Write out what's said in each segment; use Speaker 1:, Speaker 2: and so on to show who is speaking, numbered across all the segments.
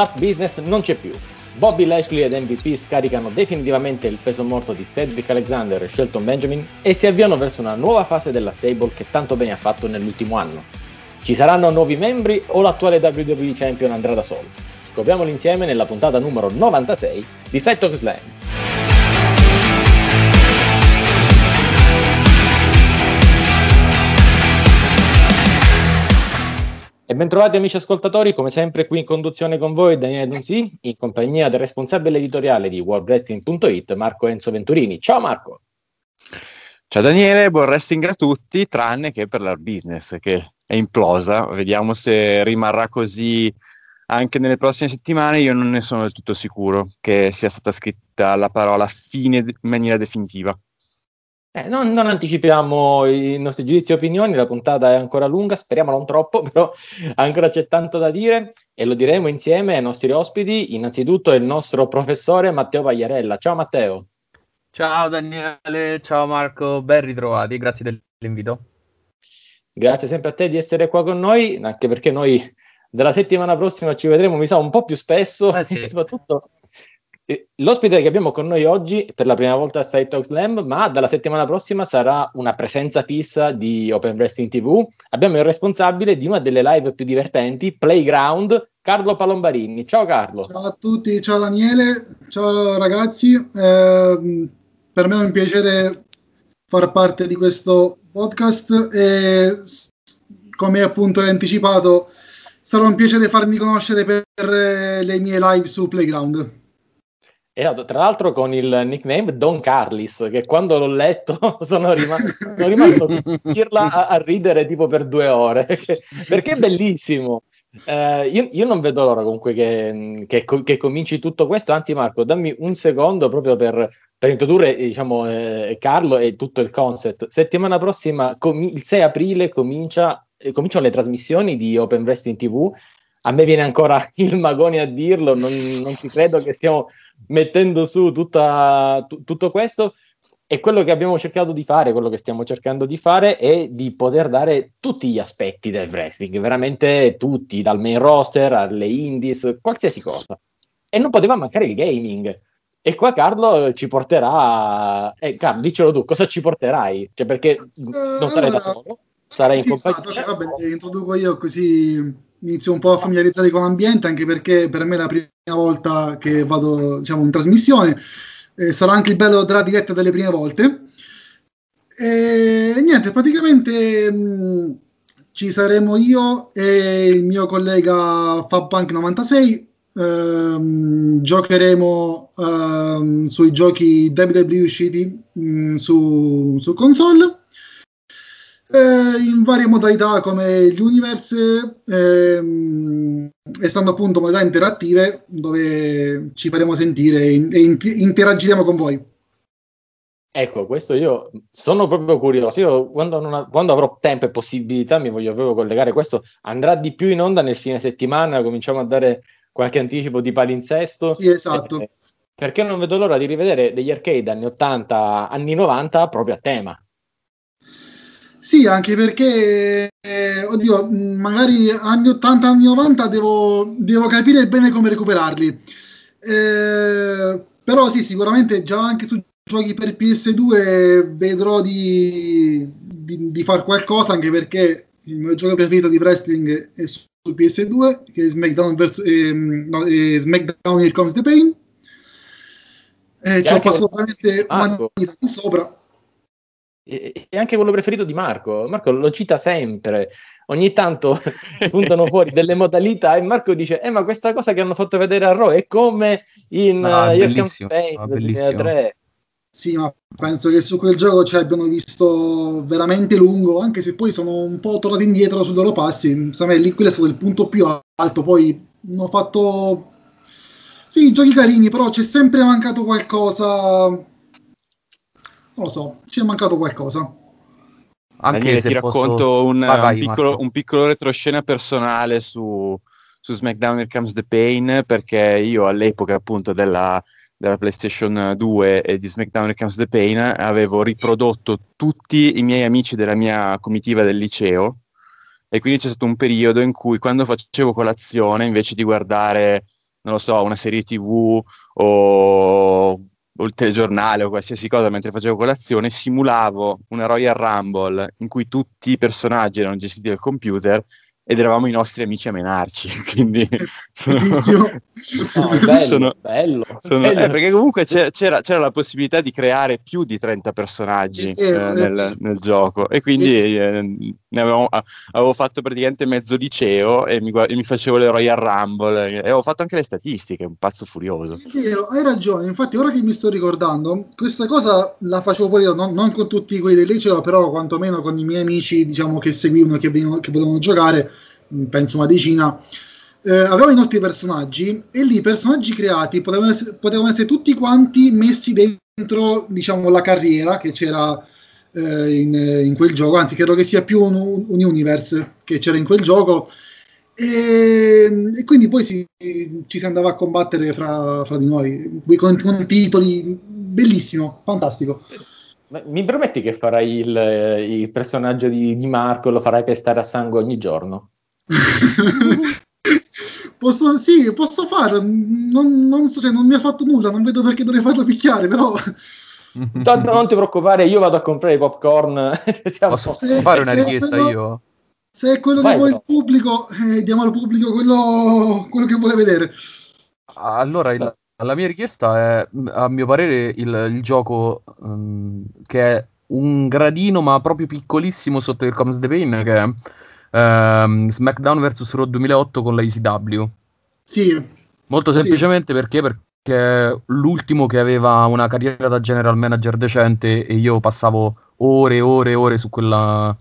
Speaker 1: l'art business non c'è più. Bobby Lashley ed MVP scaricano definitivamente il peso morto di Cedric Alexander e Shelton Benjamin e si avviano verso una nuova fase della stable che tanto bene ha fatto nell'ultimo anno. Ci saranno nuovi membri o l'attuale WWE Champion andrà da solo? Scopriamolo insieme nella puntata numero 96 di Side Talk Slam. E bentrovati amici ascoltatori, come sempre qui in conduzione con voi Daniele Donzi, in compagnia del responsabile editoriale di WorldWrestling.it, Marco Enzo Venturini. Ciao Marco!
Speaker 2: Ciao Daniele, buon wrestling a tutti, tranne che per l'art business che è implosa. Vediamo se rimarrà così anche nelle prossime settimane. Io non ne sono del tutto sicuro che sia stata scritta la parola fine in maniera definitiva.
Speaker 1: Non anticipiamo i nostri giudizi e opinioni, la puntata è ancora lunga, speriamo non troppo, però ancora c'è tanto da dire e lo diremo insieme ai nostri ospiti. Innanzitutto il nostro professore Matteo Pagliarella. Ciao Matteo.
Speaker 3: Ciao Daniele, ciao Marco, ben ritrovati, grazie dell'invito.
Speaker 1: Grazie sempre a te di essere qua con noi, anche perché noi dalla settimana prossima ci vedremo, mi sa, un po' più spesso,
Speaker 3: sì.
Speaker 1: soprattutto l'ospite che abbiamo con noi oggi per la prima volta a Side Talk Slam, ma dalla settimana prossima sarà una presenza fissa di Open Wrestling TV. Abbiamo il responsabile di una delle live più divertenti, Playground, Carlo Palombarini. Ciao Carlo.
Speaker 4: Ciao a tutti, ciao Daniele, ciao ragazzi. Per me è un piacere far parte di questo podcast e, come appunto hai anticipato, sarà un piacere farmi conoscere per le mie live su Playground.
Speaker 1: Tra l'altro con il nickname Don Carlis, che quando l'ho letto sono rimasto a ridere tipo per 2 ore, perché è bellissimo. Io non vedo l'ora comunque che cominci tutto questo, anzi Marco, dammi un secondo proprio per introdurre diciamo, Carlo e tutto il concept. Settimana prossima, il 6 aprile, cominciano le trasmissioni di Open Wrestling TV. A me viene ancora il magone a dirlo, non ci credo che stiamo mettendo su tutto questo, e quello che abbiamo cercato di fare, quello che stiamo cercando di fare è di poter dare tutti gli aspetti del wrestling, veramente tutti, dal main roster alle indies, qualsiasi cosa. E non poteva mancare il gaming. E qua Carlo ci porterà... Carlo, diccelo tu, cosa ci porterai? Cioè, perché non sarai da solo, sarai in compagnia.
Speaker 4: Esatto, vabbè, introduco io così inizio un po' a familiarizzare con l'ambiente, anche perché per me è la prima volta che vado, diciamo, in trasmissione. Sarà anche il bello della diretta delle prime volte. E niente, praticamente ci saremo io e il mio collega FabPunk96. Giocheremo sui giochi WWE usciti su console, in varie modalità come l'Universe, e stando appunto modalità interattive dove ci faremo sentire e interagiremo con voi.
Speaker 1: Ecco, questo io sono proprio curioso. Io quando avrò tempo e possibilità mi voglio proprio collegare. Questo andrà di più in onda nel fine settimana, cominciamo a dare qualche anticipo di palinsesto.
Speaker 4: Sì, esatto.
Speaker 1: Perché non vedo l'ora di rivedere degli arcade anni 80, anni 90 proprio a tema.
Speaker 4: Sì, anche perché, oddio, magari anni 80, anni 90 devo capire bene come recuperarli. Però sì, sicuramente già anche su giochi per PS2 vedrò di far qualcosa, anche perché il mio gioco preferito di wrestling è su PS2, che è SmackDown SmackDown Here Comes the Pain. Ci ho passato veramente una vita qui sopra.
Speaker 1: E anche quello preferito di Marco. Marco lo cita sempre. Ogni tanto spuntano fuori delle modalità e Marco dice: ma questa cosa che hanno fatto vedere a Raw è come in Here Comes the Pain del 2003.
Speaker 4: Sì, ma penso che su quel gioco ci abbiano visto veramente lungo, anche se poi sono un po' tornati indietro sui loro passi. A me lì quello è stato il punto più alto. Poi hanno fatto sì, giochi carini, però c'è sempre mancato qualcosa. Non lo so, ci è mancato qualcosa.
Speaker 2: Anche Daniele, ti racconto un piccolo retroscena personale su SmackDown Here Comes the Pain, perché io all'epoca appunto della PlayStation 2 e di SmackDown Here Comes the Pain avevo riprodotto tutti i miei amici della mia comitiva del liceo, e quindi c'è stato un periodo in cui, quando facevo colazione, invece di guardare non lo so, una serie TV o il telegiornale o qualsiasi cosa mentre facevo colazione, simulavo una Royal Rumble in cui tutti i personaggi erano gestiti dal computer ed eravamo i nostri amici a menarci, quindi
Speaker 4: bellissimo.
Speaker 1: Bello, bello.
Speaker 2: Perché comunque c'era la possibilità di creare più di 30 personaggi nel gioco, e quindi avevo fatto praticamente mezzo liceo e mi facevo le Royal Rumble e avevo fatto anche le statistiche, un pazzo furioso.
Speaker 4: È vero, hai ragione, infatti ora che mi sto ricordando, questa cosa la facevo pure io, non con tutti quelli del liceo, però quantomeno con i miei amici, diciamo, che seguivano, che volevano giocare, penso una decina. Avevamo i nostri personaggi e lì i personaggi creati potevano essere tutti quanti messi dentro, diciamo, la carriera che c'era in quel gioco, anzi credo che sia più un universe che c'era in quel gioco, e quindi poi ci si andava a combattere fra di noi con titoli, bellissimo, fantastico.
Speaker 1: Mi prometti che farai il personaggio di Marco, lo farai pestare a sangue ogni giorno?
Speaker 4: Posso farlo, non so, cioè, non mi ha fatto nulla, non vedo perché dovrei farlo picchiare, però
Speaker 1: non ti preoccupare, io vado a comprare i popcorn.
Speaker 3: Posso fare una richiesta io?
Speaker 4: Se è quello che vuole il pubblico, diamo al pubblico quello che vuole vedere.
Speaker 3: Allora, la mia richiesta è, a mio parere, il gioco che è un gradino, ma proprio piccolissimo sotto il Comes the Pain, che è SmackDown vs. Raw 2008 con la ECW.
Speaker 4: Sì.
Speaker 3: Molto semplicemente perché è l'ultimo che aveva una carriera da general manager decente e io passavo ore e ore e ore su quella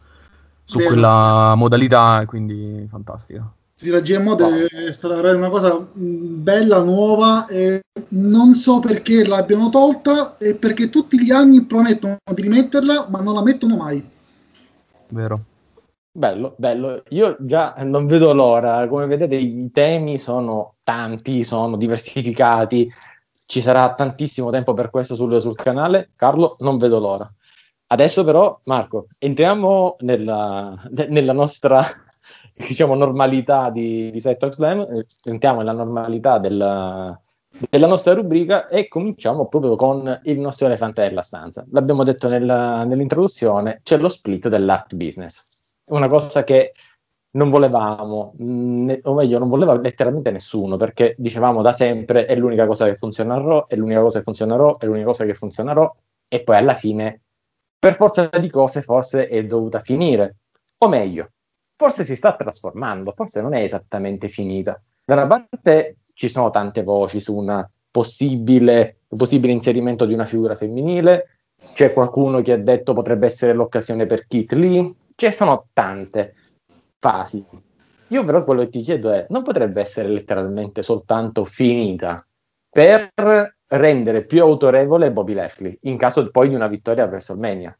Speaker 3: modalità, quindi fantastica.
Speaker 4: Sì, la GMO deve stare una cosa bella, nuova, e non so perché l'abbiano tolta e perché tutti gli anni promettono di rimetterla, ma non la mettono mai.
Speaker 3: Vero.
Speaker 1: Bello, bello. Io già non vedo l'ora. Come vedete, i temi sono tanti, sono diversificati. Ci sarà tantissimo tempo per questo sul canale. Carlo, non vedo l'ora. Adesso però, Marco, entriamo nella nostra, diciamo, normalità di Set Slam, entriamo nella normalità della nostra rubrica e cominciamo proprio con il nostro elefante nella stanza. L'abbiamo detto nell'introduzione, c'è lo split dell'art business. Una cosa che non volevamo, o meglio, non voleva letteralmente nessuno, perché dicevamo da sempre è l'unica cosa che funziona a Raw, è l'unica cosa che funziona a Raw, è l'unica cosa che funziona a Raw, e poi alla fine, per forza di cose, forse è dovuta finire. O meglio, forse si sta trasformando, forse non è esattamente finita. Da una parte ci sono tante voci su un possibile inserimento di una figura femminile, c'è qualcuno che ha detto potrebbe essere l'occasione per Keith Lee, ci sono tante fasi. Io però quello che ti chiedo è, non potrebbe essere letteralmente soltanto finita per rendere più autorevole Bobby Lashley in caso poi di una vittoria a WrestleMania?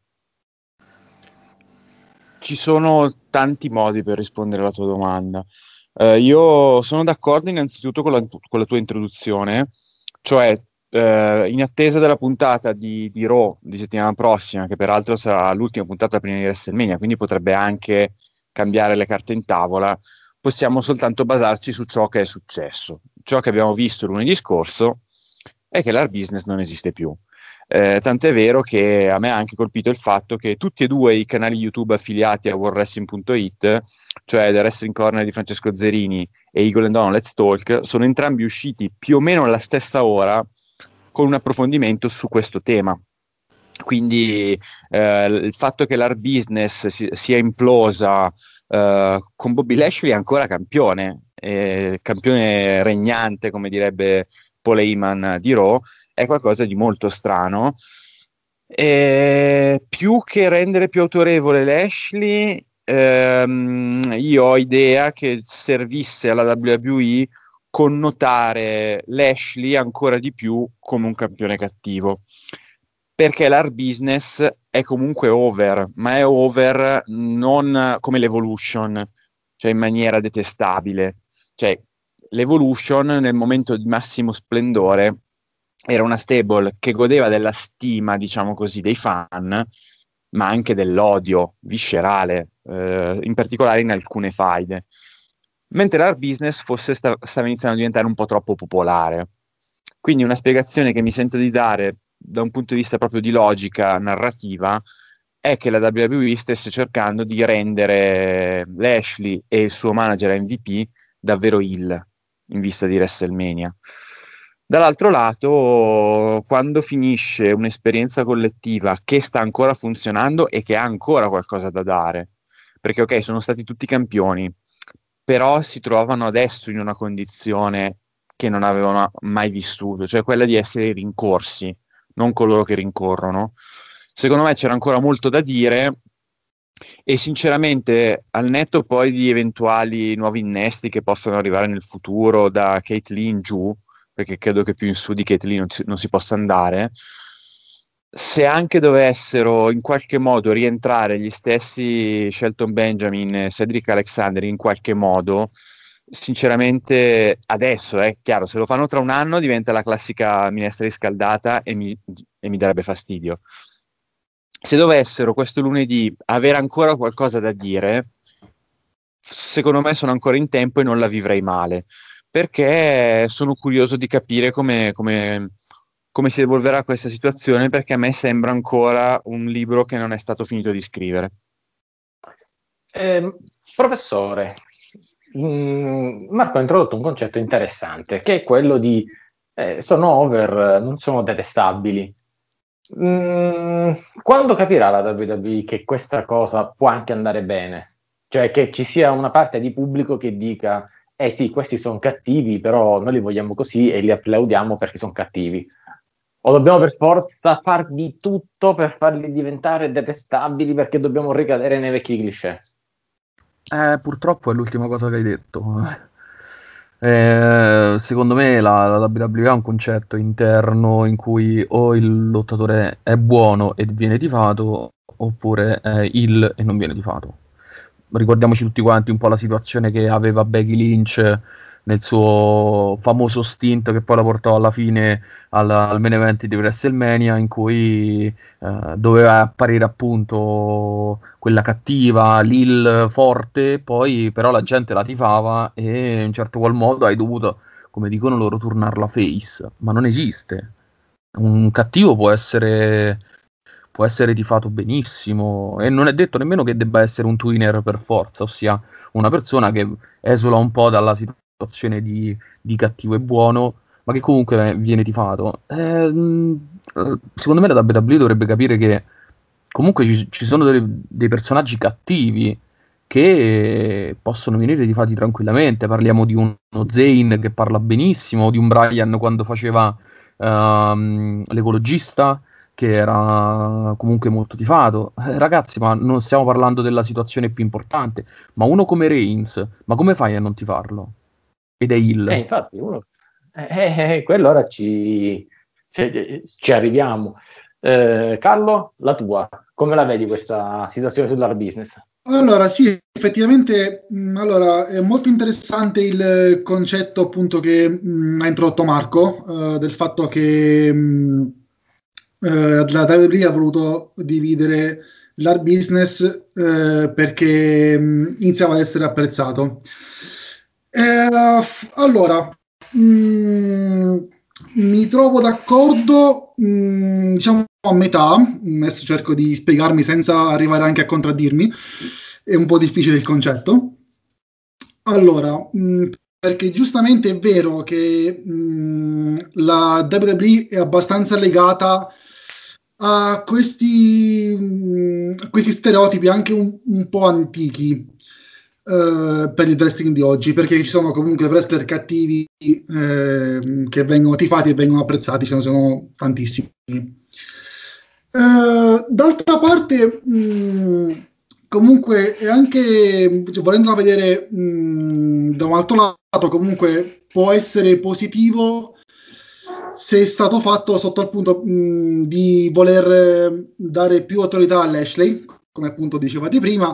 Speaker 2: Ci sono tanti modi per rispondere alla tua domanda. Io sono d'accordo innanzitutto con la tua introduzione, cioè in attesa della puntata di Raw di settimana prossima, che peraltro sarà l'ultima puntata prima di WrestleMania, quindi potrebbe anche cambiare le carte in tavola, possiamo soltanto basarci su ciò che è successo. Ciò che abbiamo visto lunedì scorso è che l'art business non esiste più. Tanto è vero che a me ha anche colpito il fatto che tutti e due i canali YouTube affiliati a WorldWrestling.it, cioè The Wrestling Corner di Francesco Zerini e Eagle and Down Let's Talk, sono entrambi usciti più o meno alla stessa ora con un approfondimento su questo tema. Quindi il fatto che l'art business sia implosa con Bobby Lashley è ancora campione regnante, come direbbe Paul Heyman di Raw, è qualcosa di molto strano. Più che rendere più autorevole Lashley, io ho idea che servisse alla WWE connotare Lashley ancora di più come un campione cattivo, perché l'art business è comunque over, ma è over non come l'Evolution, cioè in maniera detestabile. Cioè, l'Evolution nel momento di massimo splendore era una stable che godeva della stima, diciamo così, dei fan, ma anche dell'odio viscerale, in particolare in alcune faide. mentre l'art business stava iniziando a diventare un po' troppo popolare. Quindi una spiegazione che mi sento di dare da un punto di vista proprio di logica narrativa è che la WWE stesse cercando di rendere Lashley e il suo manager MVP davvero heel in vista di WrestleMania. Dall'altro lato, quando finisce un'esperienza collettiva che sta ancora funzionando e che ha ancora qualcosa da dare, perché ok, sono stati tutti campioni, però si trovano adesso in una condizione che non avevano mai vissuto, cioè quella di essere rincorsi, non coloro che rincorrono. Secondo me c'era ancora molto da dire e sinceramente al netto poi di eventuali nuovi innesti che possono arrivare nel futuro da Kate Lee in giù, perché credo che più in su di Kate Lee non si possa andare, se anche dovessero in qualche modo rientrare gli stessi Shelton Benjamin e Cedric Alexander in qualche modo, sinceramente adesso è chiaro, se lo fanno tra un anno diventa la classica minestra riscaldata e mi darebbe fastidio. Se dovessero questo lunedì avere ancora qualcosa da dire, secondo me sono ancora in tempo e non la vivrei male, perché sono curioso di capire come si evolverà questa situazione, perché a me sembra ancora un libro che non è stato finito di scrivere.
Speaker 1: Professore, Marco ha introdotto un concetto interessante, che è quello di sono over, non sono detestabili. Quando capirà la WWE che questa cosa può anche andare bene? Cioè che ci sia una parte di pubblico che dica sì, questi sono cattivi, però noi li vogliamo così e li applaudiamo perché sono cattivi. O dobbiamo per forza far di tutto per farli diventare detestabili perché dobbiamo ricadere nei vecchi cliché?
Speaker 3: Purtroppo è l'ultima cosa che hai detto. Secondo me la WWE ha un concetto interno in cui o il lottatore è buono e viene tifato, oppure è heel e non viene tifato. Ricordiamoci tutti quanti un po' la situazione che aveva Becky Lynch nel suo famoso stint che poi la portò alla fine al main event di WrestleMania, in cui doveva apparire appunto quella cattiva, l'heel forte, poi però la gente la tifava e in un certo qual modo hai dovuto, come dicono loro, turnarla face, ma non esiste. Un cattivo può essere tifato benissimo e non è detto nemmeno che debba essere un twinner per forza, ossia una persona che esula un po' dalla situazione di cattivo e buono, ma che comunque viene tifato. Secondo me la WWE dovrebbe capire che comunque ci sono dei personaggi cattivi che possono venire tifati tranquillamente. Parliamo di uno Zayn che parla benissimo, o di un Brian quando faceva l'ecologista, che era comunque molto tifato. Ragazzi, ma non stiamo parlando della situazione più importante. Ma uno come Reigns, ma come fai a non tifarlo? Ed è il.
Speaker 1: Infatti, quello ora ci arriviamo. Carlo, la tua, come la vedi questa situazione sull'art business?
Speaker 4: Allora, sì, effettivamente, allora, è molto interessante il concetto appunto che ha introdotto Marco, del fatto che la WWE ha voluto dividere l'art business perché iniziava ad essere apprezzato. Allora, mi trovo d'accordo, diciamo a metà. Adesso cerco di spiegarmi senza arrivare anche a contraddirmi, è un po' difficile il concetto. Allora, perché giustamente è vero che la WWE è abbastanza legata a questi stereotipi anche un po' antichi per il wrestling di oggi, perché ci sono comunque wrestler cattivi che vengono tifati e vengono apprezzati, ce ne sono tantissimi. D'altra parte, comunque, è anche volendola vedere da un altro lato, comunque può essere positivo se è stato fatto sotto il punto di voler dare più autorità all'Ashley, come appunto dicevate prima,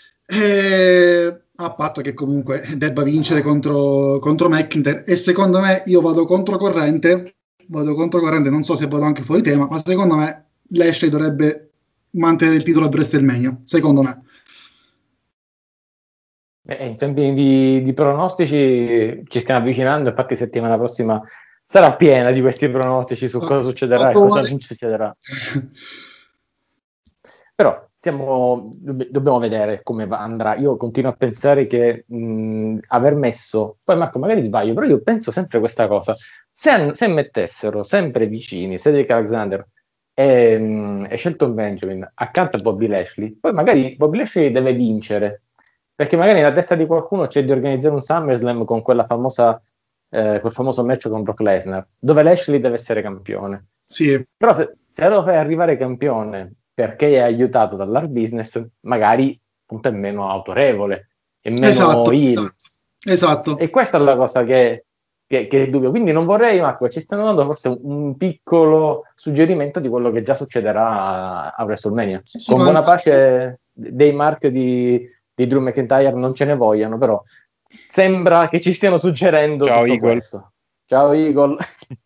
Speaker 4: a patto che comunque debba vincere contro McIntyre. E secondo me io vado controcorrente, non so se vado anche fuori tema, ma secondo me Lashley dovrebbe mantenere il titolo a WrestleMania, secondo me.
Speaker 1: In tempi di pronostici ci stiamo avvicinando, infatti settimana prossima sarà piena di questi pronostici su cosa succederà e cosa non succederà. Però dobbiamo vedere come andrà. Io continuo a pensare che aver messo, poi Marco magari sbaglio, però io penso sempre questa cosa, se mettessero sempre vicini Cedric Alexander e Shelton Benjamin accanto a Bobby Lashley, poi magari Bobby Lashley deve vincere, perché magari nella testa di qualcuno c'è di organizzare un SummerSlam con quel famoso match con Brock Lesnar, dove Lashley deve essere campione.
Speaker 4: Sì.
Speaker 1: Però se lo fai arrivare campione perché è aiutato dall'art business, magari appunto è meno autorevole, è meno
Speaker 4: esatto.
Speaker 1: E questa è la cosa che è dubbio. Quindi non vorrei, Marco, ci stanno dando forse un piccolo suggerimento di quello che già succederà a WrestleMania. Sì, con buona pace dei mark di Drew McIntyre non ce ne vogliano, però sembra che ci stiano suggerendo tutto Eagle. Questo. Ciao Eagle.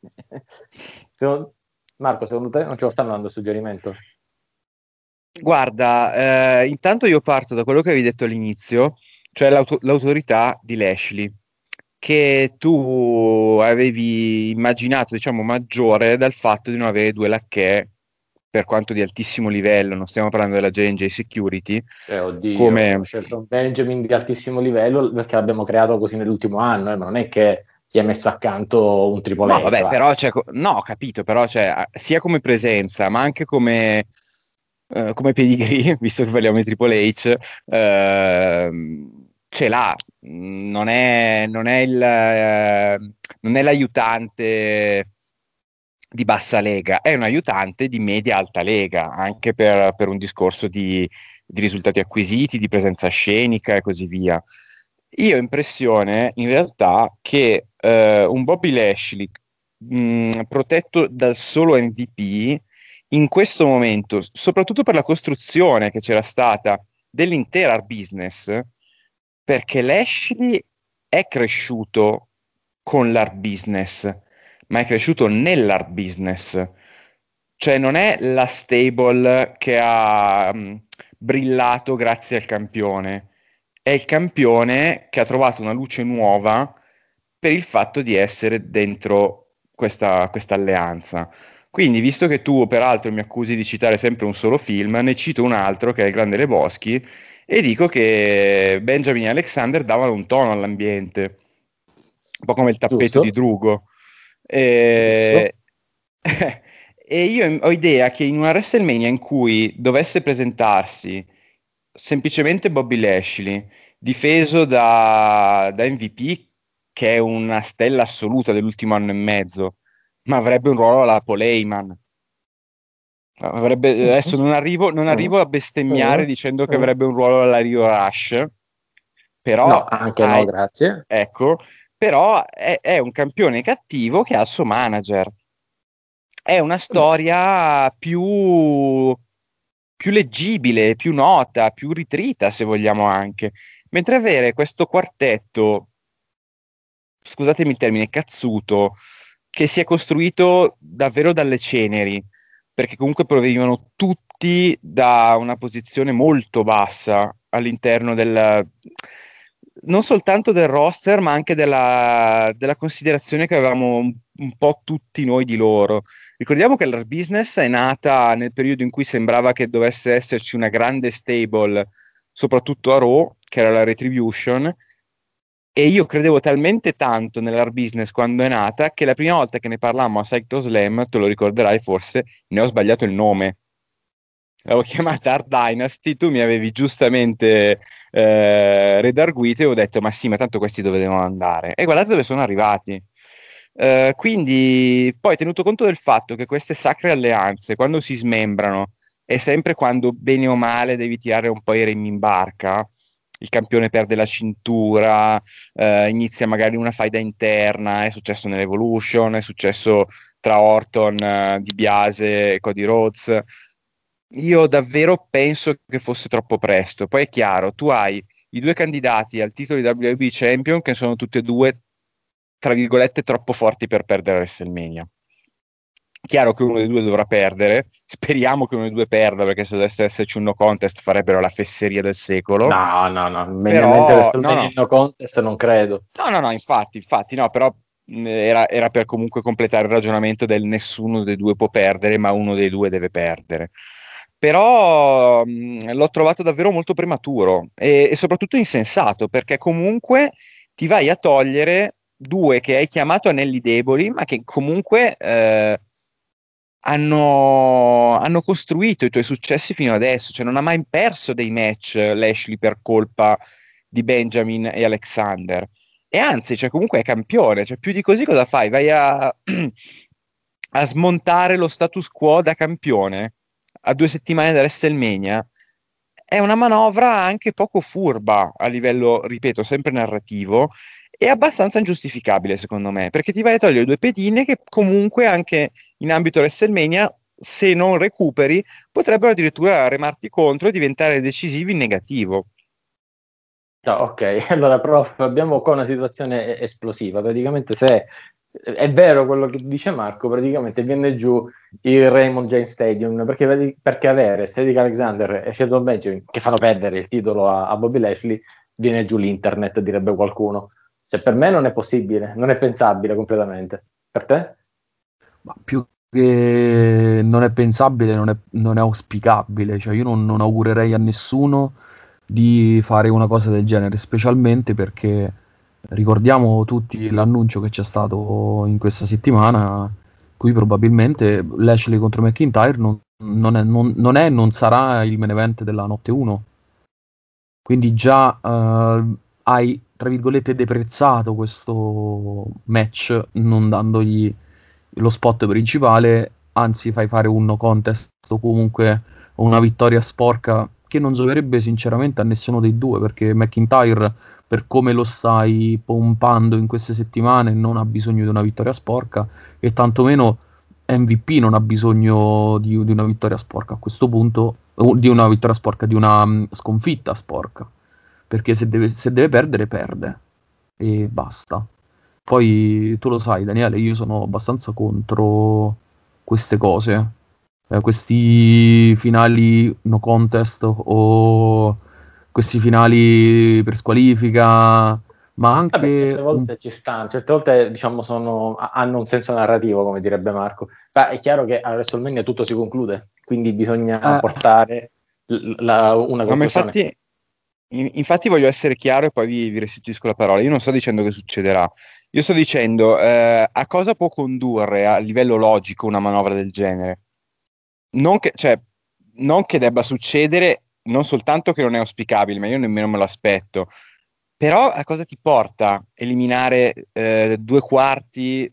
Speaker 1: Marco, secondo te non ce lo stanno dando suggerimento?
Speaker 2: Guarda, intanto io parto da quello che avevi detto all'inizio, cioè l'autorità di Lashley, che tu avevi immaginato, diciamo, maggiore dal fatto di non avere due lacchè, per quanto di altissimo livello, non stiamo parlando della J&J Security.
Speaker 1: Oddio, come Shelton Benjamin di altissimo livello, perché l'abbiamo creato così nell'ultimo anno, ma non è che gli ha messo accanto un Triple H.
Speaker 2: No, vabbè, però no, ho capito, però sia come presenza, ma anche come pedigree, visto che parliamo di Triple H, ce l'ha, non è l'aiutante di bassa lega, è un aiutante di media-alta lega, anche per un discorso di risultati acquisiti, di presenza scenica e così via. Io ho impressione, in realtà, che un Bobby Lashley protetto dal solo MVP in questo momento, soprattutto per la costruzione che c'era stata dell'intera art business, perché Lashley è cresciuto con l'art business, ma è cresciuto nell'art business. Cioè non è la stable che ha brillato grazie al campione, è il campione che ha trovato una luce nuova per il fatto di essere dentro questa alleanza. Quindi, visto che tu peraltro mi accusi di citare sempre un solo film, ne cito un altro che è Il Grande Lebowski e dico che Benjamin e Alexander davano un tono all'ambiente, un po' come il tappeto Giusto. Di Drugo. E io ho idea che in una WrestleMania in cui dovesse presentarsi semplicemente Bobby Lashley, difeso da MVP, che è una stella assoluta dell'ultimo anno e mezzo, ma avrebbe un ruolo alla Paul Heyman. Adesso non arrivo a bestemmiare dicendo che avrebbe un ruolo alla Rio Rush, però
Speaker 1: no, anche no, grazie.
Speaker 2: Ecco, però è un campione cattivo che ha il suo manager. È una storia più leggibile, più nota, più ritrita, se vogliamo anche. Mentre avere questo quartetto, scusatemi il termine, cazzuto, che si è costruito davvero dalle ceneri, perché comunque provenivano tutti da una posizione molto bassa all'interno non soltanto del roster, ma anche della considerazione che avevamo un po' tutti noi di loro. Ricordiamo che l'art business è nata nel periodo in cui sembrava che dovesse esserci una grande stable, soprattutto a Raw, che era la Retribution, e io credevo talmente tanto nell'art business quando è nata che la prima volta che ne parlammo a Psycho Slam, te lo ricorderai forse, ne ho sbagliato il nome. L'avevo chiamata Art Dynasty, tu mi avevi giustamente redarguito e ho detto ma sì, ma tanto questi dove devono andare? E guardate dove sono arrivati. Quindi poi tenuto conto del fatto che queste sacre alleanze, quando si smembrano, è sempre quando bene o male devi tirare un po' i remi in barca, il campione perde la cintura, inizia magari una faida interna, è successo nell'Evolution, è successo tra Orton, DiBiase e Cody Rhodes. Io davvero penso che fosse troppo presto. Poi è chiaro, tu hai i due candidati al titolo di WWE Champion che sono tutti e due, tra virgolette, troppo forti per perdere WrestleMania. chiaro che uno dei due dovrà perdere, speriamo che uno dei due perda, perché se dovesse esserci un no contest farebbero la fesseria del secolo.
Speaker 1: Però no contest non credo.
Speaker 2: No, infatti no, però era per comunque completare il ragionamento del nessuno dei due può perdere, ma uno dei due deve perdere. Però l'ho trovato davvero molto prematuro e soprattutto insensato, perché comunque ti vai a togliere due che hai chiamato anelli deboli, ma che comunque hanno costruito i tuoi successi fino adesso, cioè non ha mai perso dei match Lashley per colpa di Benjamin e Alexander, e anzi, cioè comunque è campione, cioè più di così cosa fai? Vai a smontare lo status quo da campione a 2 settimane da WrestleMania. È una manovra anche poco furba a livello, ripeto, sempre narrativo, e abbastanza ingiustificabile secondo me, perché ti vai a togliere due pedine che comunque anche in ambito WrestleMania, se non recuperi, potrebbero addirittura remarti contro e diventare decisivi in negativo.
Speaker 1: No, ok, allora prof, abbiamo qua una situazione esplosiva, praticamente se è vero quello che dice Marco, praticamente viene giù il Raymond James Stadium, perché avere Cedric Alexander e Shelton Benjamin che fanno perdere il titolo a Bobby Lashley, viene giù l'internet, direbbe qualcuno. Cioè, per me non è possibile, non è pensabile completamente. Per te?
Speaker 3: Ma più che non è pensabile, non è auspicabile. Cioè, io non augurerei a nessuno di fare una cosa del genere, specialmente perché ricordiamo tutti l'annuncio che c'è stato in questa settimana, qui probabilmente Lashley contro McIntyre non sarà il main event della notte 1. Quindi già hai, tra virgolette, deprezzato questo match non dandogli lo spot principale, anzi fai fare un no contest o comunque una vittoria sporca che non gioverebbe sinceramente a nessuno dei due, perché McIntyre, per come lo stai pompando in queste settimane, non ha bisogno di una vittoria sporca, e tantomeno MVP non ha bisogno di una vittoria sporca a questo punto, di una vittoria sporca, di una sconfitta sporca, perché se deve perdere, perde e basta. Poi tu lo sai, Daniele, io sono abbastanza contro queste cose, questi finali no contest o questi finali per squalifica, ma anche
Speaker 1: certe volte ci stanno, certe volte diciamo hanno un senso narrativo, come direbbe Marco. Ma è chiaro che a WrestleMania tutto si conclude, quindi bisogna portare una conclusione.
Speaker 2: Infatti voglio essere chiaro e poi vi restituisco la parola. Io non sto dicendo che succederà, io sto dicendo a cosa può condurre a livello logico una manovra del genere. Non che debba succedere, non soltanto che non è auspicabile, ma io nemmeno me lo aspetto. Però a cosa ti porta eliminare 2/4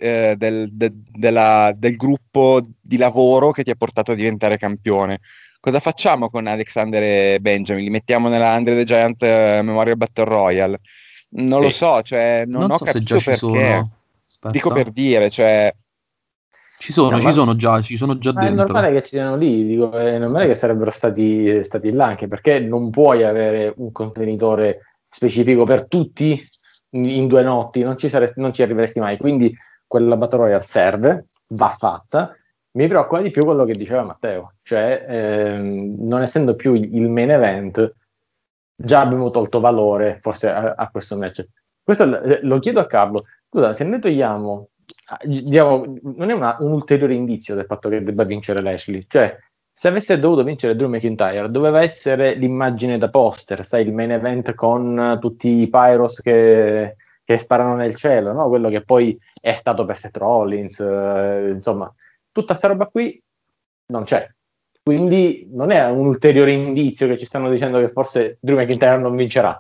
Speaker 2: del gruppo di lavoro che ti ha portato a diventare campione? Cosa facciamo con Alexander e Benjamin? Li mettiamo nella Andre the Giant Memorial Battle Royale? Non lo so, cioè non ho
Speaker 3: so
Speaker 2: capito
Speaker 3: se già
Speaker 2: perché. Dico per dire, cioè.
Speaker 3: Ci sono già dentro.
Speaker 1: È normale che ci siano lì, dico, è normale che sarebbero stati là, anche perché non puoi avere un contenitore specifico per tutti in 2 notti, non ci arriveresti mai. Quindi quella Battle Royale serve, va fatta. Mi preoccupa di più quello che diceva Matteo, cioè non essendo più il main event, già abbiamo tolto valore forse a questo match. Questo lo chiedo a Carlo. Scusa, se noi togliamo, non è un ulteriore indizio del fatto che debba vincere Lashley, cioè se avesse dovuto vincere Drew McIntyre doveva essere l'immagine da poster, sai, il main event con tutti i Pyros che sparano nel cielo, no? Quello che poi è stato per Seth Rollins, insomma, tutta sta roba qui non c'è. Quindi non è un ulteriore indizio che ci stanno dicendo che forse Drew McIntyre non vincerà.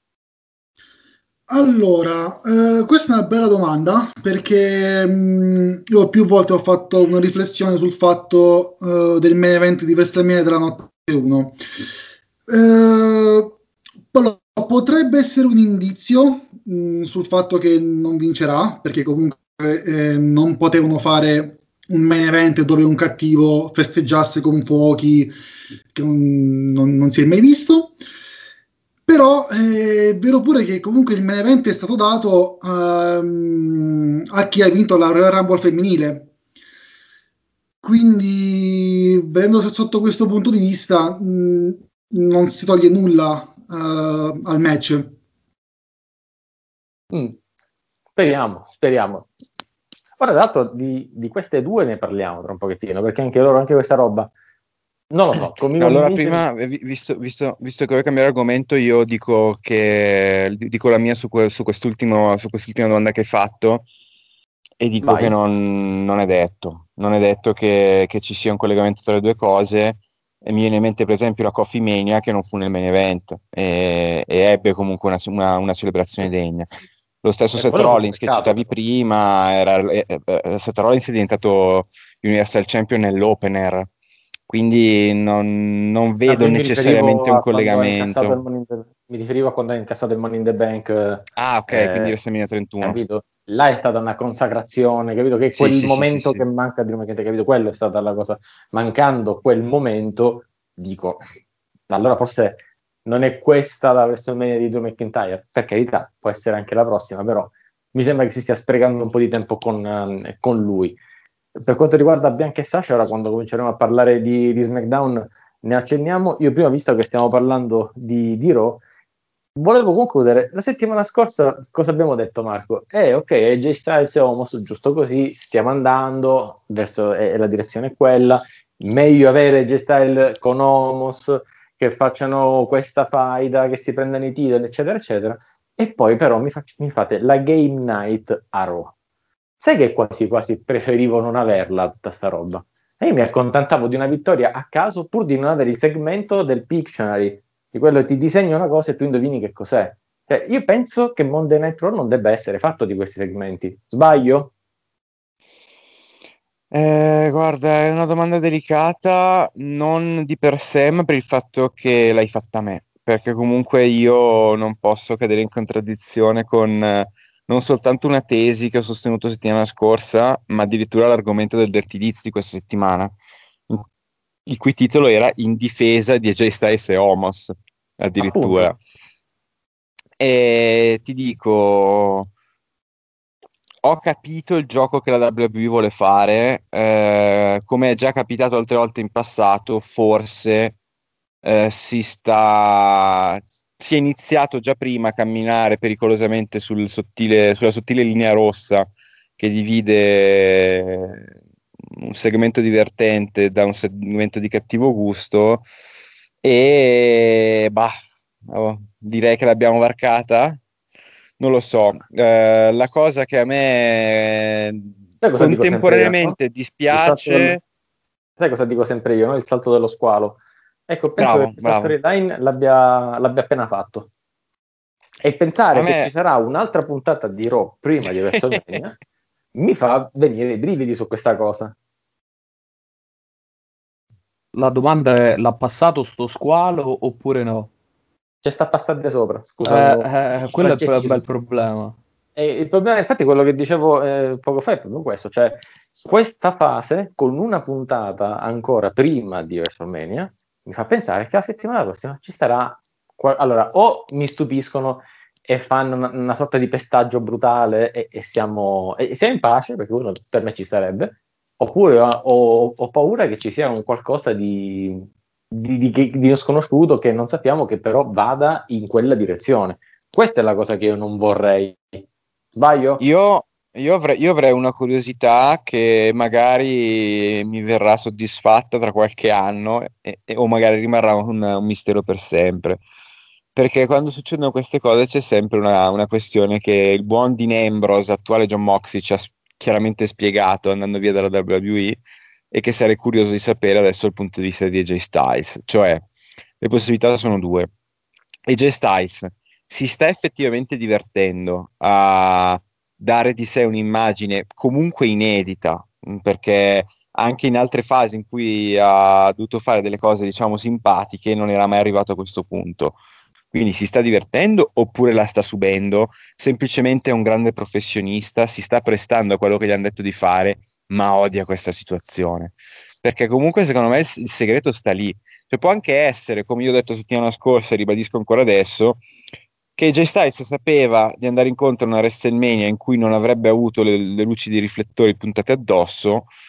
Speaker 4: Allora, questa è una bella domanda, perché io più volte ho fatto una riflessione sul fatto del main event di WrestleMania della notte 1. Potrebbe essere un indizio sul fatto che non vincerà, perché comunque non potevano fare un main event dove un cattivo festeggiasse con fuochi che non si è mai visto. Però è vero pure che comunque il main event è stato dato a chi ha vinto la Royal Rumble femminile. quindi vedendo sotto questo punto di vista non si toglie nulla al match.
Speaker 1: Speriamo. Ora, tra l'altro, di queste due ne parliamo tra un pochettino, perché anche loro, anche questa roba, non lo so.
Speaker 2: Allora, prima, visto che vuoi cambiare argomento, io dico la mia su quest'ultima domanda che hai fatto, e dico
Speaker 1: Vai.
Speaker 2: che non è detto che ci sia un collegamento tra le due cose. E mi viene in mente, per esempio, la Coffee Mania, che non fu nel main event e ebbe comunque una celebrazione degna. Lo stesso Seth Rollins che citavi prima, Seth Rollins è diventato Universal Champion nell'opener, quindi non vedo necessariamente un collegamento.
Speaker 1: Mi riferivo a quando ha incassato il Money in the Bank.
Speaker 2: Ok, quindi WrestleMania 31.
Speaker 1: Capito? Là è stata una consacrazione, capito? Che quel momento che manca di McIntyre, capito? Quello è stata la cosa. Mancando quel momento, dico, allora forse non è questa la WrestleMania di Drew McIntyre, per carità, può essere anche la prossima, però mi sembra che si stia sprecando un po' di tempo con lui. Per quanto riguarda Bianca e Sasha, ora quando cominceremo a parlare di SmackDown ne accenniamo. Io prima, visto che stiamo parlando di Raw, volevo concludere. La settimana scorsa cosa abbiamo detto, Marco? Ok, AJ Styles e Omos, giusto così, stiamo andando verso, la direzione è quella, meglio avere AJ Styles con Omos, che facciano questa faida, che si prendano i titoli, eccetera, eccetera, e poi però mi fate la Game Night a Raw. Sai che quasi quasi preferivo non averla tutta sta roba? E io mi accontentavo di una vittoria a caso pur di non avere il segmento del Pictionary, di quello che ti disegna una cosa e tu indovini che cos'è. Cioè, io penso che Monday Night Raw non debba essere fatto di questi segmenti. Sbaglio?
Speaker 2: Guarda, è una domanda delicata, non di per sé, ma per il fatto che l'hai fatta a me, perché comunque io non posso cadere in contraddizione con non soltanto una tesi che ho sostenuto settimana scorsa, ma addirittura l'argomento del Dirty Deeds di questa settimana, il cui titolo era In difesa di AJ Styles e Omos, addirittura.
Speaker 1: Appunto.
Speaker 2: E ti dico, ho capito il gioco che la WWE vuole fare, come è già capitato altre volte in passato, forse si è iniziato già prima a camminare pericolosamente sulla sottile linea rossa che divide un segmento divertente da un segmento di cattivo gusto, e direi che l'abbiamo varcata. Non lo so, la cosa che a me contemporaneamente dispiace...
Speaker 1: Sai cosa dico sempre io, no? Il salto dello squalo. Ecco, penso che questa storyline l'abbia appena fatto. E pensare che ci sarà un'altra puntata di Raw prima di WrestleMania mi fa venire i brividi su questa cosa.
Speaker 3: La domanda è: l'ha passato sto squalo oppure no?
Speaker 1: C'è sta passando sopra, scusa.
Speaker 3: Quello è un bel problema.
Speaker 1: E il problema, infatti, quello che dicevo poco fa è proprio questo, cioè questa fase con una puntata ancora prima di WrestleMania mi fa pensare che la settimana prossima ci sarà allora, o mi stupiscono e fanno una sorta di pestaggio brutale e siamo in pace, perché uno per me ci sarebbe, oppure ho paura che ci sia un qualcosa di sconosciuto che non sappiamo, che però vada in quella direzione. Questa è la cosa che io non vorrei. Sbaglio?
Speaker 2: Io avrei una curiosità che magari mi verrà soddisfatta tra qualche anno o magari rimarrà un mistero per sempre. Perché quando succedono queste cose c'è sempre una questione che il buon Dean Ambrose, attuale John Moxley, ci ha chiaramente spiegato andando via dalla WWE, e che sarei curioso di sapere adesso dal punto di vista di AJ Styles. Cioè, le possibilità sono due. AJ Styles si sta effettivamente divertendo a dare di sé un'immagine comunque inedita, perché anche in altre fasi in cui ha dovuto fare delle cose, diciamo, simpatiche, non era mai arrivato a questo punto. Quindi si sta divertendo oppure la sta subendo? Semplicemente è un grande professionista, si sta prestando a quello che gli hanno detto di fare, ma odia questa situazione. Perché comunque secondo me il segreto sta lì. Cioè, può anche essere, come io ho detto settimana scorsa e ribadisco ancora adesso, che Jay Styles sapeva di andare incontro a una WrestleMania in cui non avrebbe avuto le luci dei riflettori puntate addosso,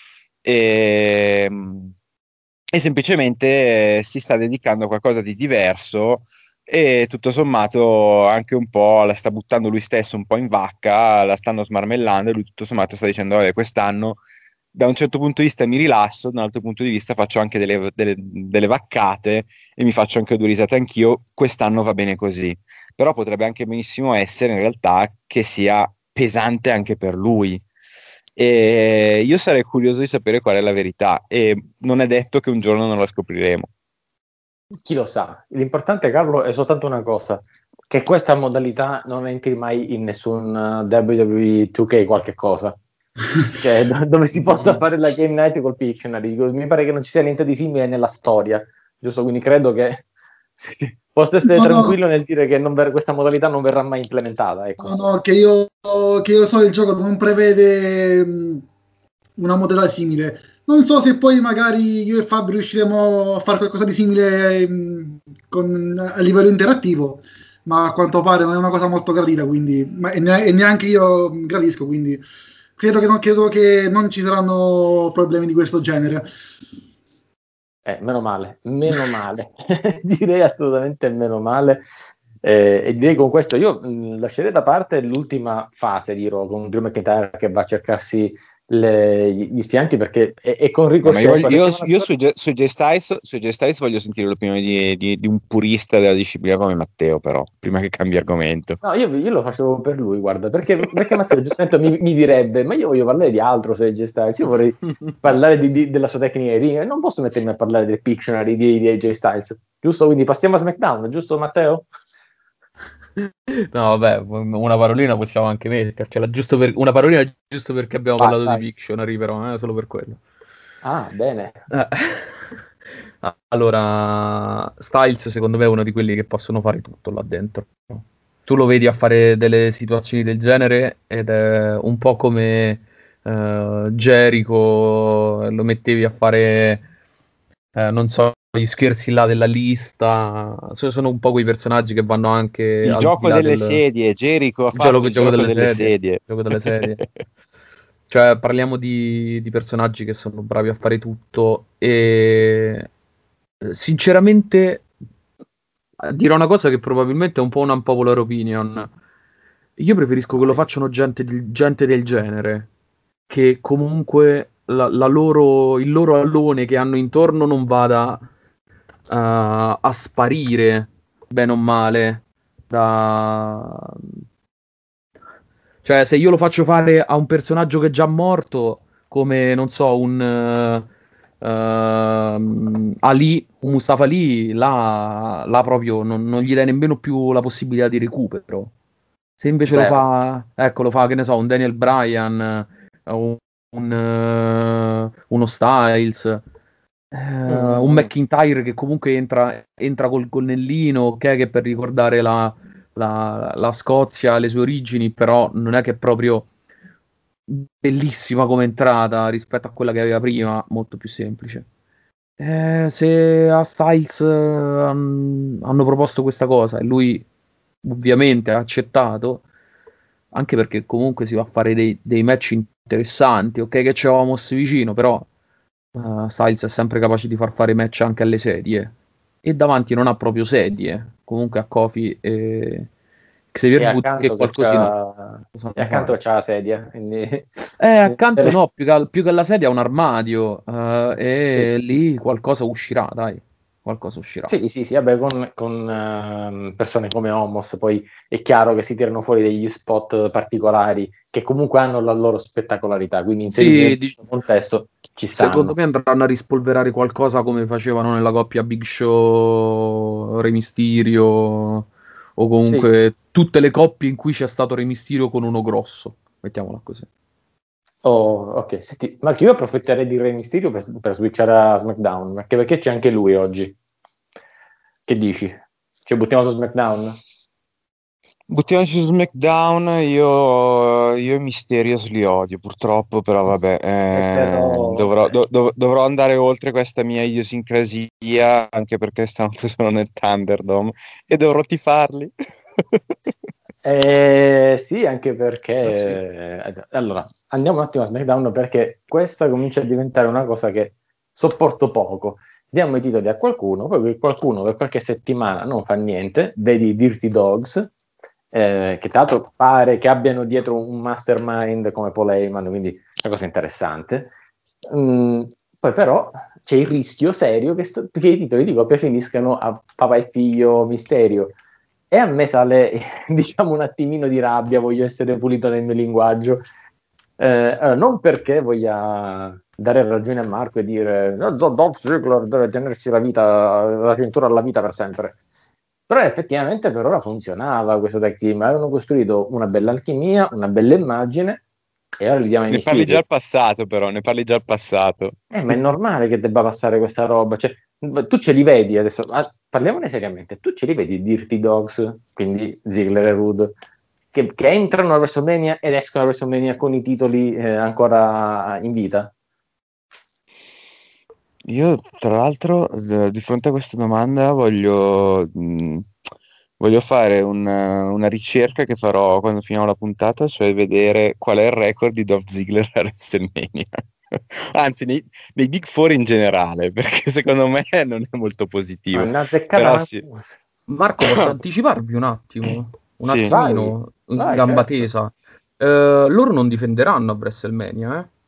Speaker 2: e semplicemente si sta dedicando a qualcosa di diverso e tutto sommato anche un po' la sta buttando lui stesso un po' in vacca, la stanno smarmellando e lui tutto sommato sta dicendo vabbè, quest'anno da un certo punto di vista mi rilasso, da un altro punto di vista faccio anche delle vaccate e mi faccio anche due risate anch'io, quest'anno va bene così. Però potrebbe anche benissimo essere in realtà che sia pesante anche per lui. E io sarei curioso di sapere qual è la verità e non è detto che un giorno non la scopriremo.
Speaker 1: Chi lo sa? L'importante, Carlo, è soltanto una cosa, che questa modalità non entri mai in nessun WWE 2K qualche cosa. Cioè, dove si possa fare la Game Night col Pictionary. Mi pare che non ci sia niente di simile nella storia, giusto? Quindi credo che possa essere tranquillo nel dire che questa modalità non verrà mai implementata. Ecco.
Speaker 4: No, che io so, il gioco non prevede una modalità simile. Non so se poi magari io e Fabio riusciremo a fare qualcosa di simile a livello interattivo, ma a quanto pare non è una cosa molto gradita, quindi, e neanche io gradisco, quindi credo che non ci saranno problemi di questo genere.
Speaker 1: Meno male. Direi assolutamente meno male. E direi con questo io lascerei da parte l'ultima fase di Raw con Drew McIntyre che va a cercarsi gli sfianchi perché è con Ricochet.
Speaker 2: Io su J Styles voglio sentire l'opinione di un purista della disciplina come Matteo, però prima che cambi argomento.
Speaker 1: No, io lo facevo per lui, guarda, perché Matteo giustamente mi direbbe ma io voglio parlare di altro se J Styles, io vorrei parlare della sua tecnica di ring e non posso mettermi a parlare del Pictionary di AJ Styles, giusto? Quindi passiamo a SmackDown, giusto Matteo?
Speaker 3: No, vabbè, una parolina possiamo anche mettercela, una parolina giusto perché abbiamo parlato di Pictionary, però, solo per quello.
Speaker 1: Ah, bene.
Speaker 3: Allora, Styles secondo me è uno di quelli che possono fare tutto là dentro. Tu lo vedi a fare delle situazioni del genere ed è un po' come Jericho, lo mettevi a fare, non so, gli scherzi là della lista. Sono un po' quei personaggi che vanno anche
Speaker 2: il gioco delle sedie. Jericho ha fatto il gioco delle sedie.
Speaker 3: Gioco delle sedie. Cioè, parliamo di personaggi che sono bravi a fare tutto e sinceramente dirò una cosa che probabilmente è un po' una unpopular opinion. Io preferisco che lo facciano gente del genere, che comunque il loro allone che hanno intorno non vada a sparire, bene o male, cioè, se io lo faccio fare a un personaggio che è già morto, come, non so, un Ali, un Mustafa Ali, là proprio non gli dai nemmeno più la possibilità di recupero. Se invece lo fa, che ne so, un Daniel Bryan, uno Styles, un McIntyre che comunque entra col gonnellino, ok, che per ricordare la Scozia, le sue origini, però non è che è proprio bellissima come entrata rispetto a quella che aveva prima, molto più semplice. Se a Styles hanno proposto questa cosa e lui ovviamente ha accettato, anche perché comunque si va a fare dei match interessanti, ok che c'è Omos vicino, però Styles è sempre capace di far fare match anche alle sedie e davanti non ha proprio sedie, comunque a Kofi e Xavier Woods che qualcosina
Speaker 1: e accanto c'è la sedia, quindi
Speaker 3: accanto no, più che alla sedia è un armadio e lì qualcosa uscirà, dai, qualcosa uscirà.
Speaker 1: Sì, vabbè, con persone come Omos poi è chiaro che si tirano fuori degli spot particolari che comunque hanno la loro spettacolarità, quindi in questo contesto ci stanno.
Speaker 3: Secondo me andranno a rispolverare qualcosa come facevano nella coppia Big Show, Re Mysterio o comunque tutte le coppie in cui c'è stato Re Mysterio con uno grosso, mettiamola così.
Speaker 1: Oh, ok, senti, Marco, io approfitterei di Re Mysterio per switchare a SmackDown, perché c'è anche lui oggi. Che dici? Ci buttiamo su SmackDown?
Speaker 2: Buttiamoci su SmackDown, io i Mysterios li odio purtroppo, però vabbè, dovrò andare oltre questa mia idiosincrasia, anche perché stanotte sono nel Thunderdome e dovrò tifarli.
Speaker 1: Sì, anche perché allora andiamo un attimo a SmackDown, perché questa comincia a diventare una cosa che sopporto poco. Diamo i titoli a qualcuno, poi qualcuno per qualche settimana non fa niente, vedi Dirty Dogs, che tra l'altro pare che abbiano dietro un mastermind come Paul Heyman, quindi una cosa interessante. Poi però c'è il rischio serio che i titoli di coppia finiscano a papà e figlio Misterio. E a me sale, diciamo, un attimino di rabbia, voglio essere pulito nel mio linguaggio. Allora, non perché voglia dare ragione a Marco e dire no, Dolph Ziggler deve tenersi la cintura alla vita per sempre. Però effettivamente per ora funzionava questo tag team, avevano costruito una bella alchimia, una bella immagine, e ora li diamo ai
Speaker 2: Ne parli già al passato, però, ne parli già al passato.
Speaker 1: ma è normale che debba passare questa roba, cioè, tu ce li vedi adesso, parliamone seriamente, tu ce li vedi Dirty Dogs, quindi Ziggler e Rude, che entrano a WrestleMania ed escono a WrestleMania con i titoli ancora in vita?
Speaker 2: Io, tra l'altro, di fronte a questa domanda voglio fare una ricerca che farò quando finiamo la puntata, cioè vedere qual è il record di Dolph Ziggler a WrestleMania. Anzi, nei Big Four in generale, perché secondo me non è molto positivo. Però sì.
Speaker 3: Marco, posso anticiparvi un attimo? Un
Speaker 2: Sì.
Speaker 3: attimino,
Speaker 1: Vai,
Speaker 3: gamba
Speaker 1: certo.
Speaker 3: tesa. Loro non difenderanno a WrestleMania, eh?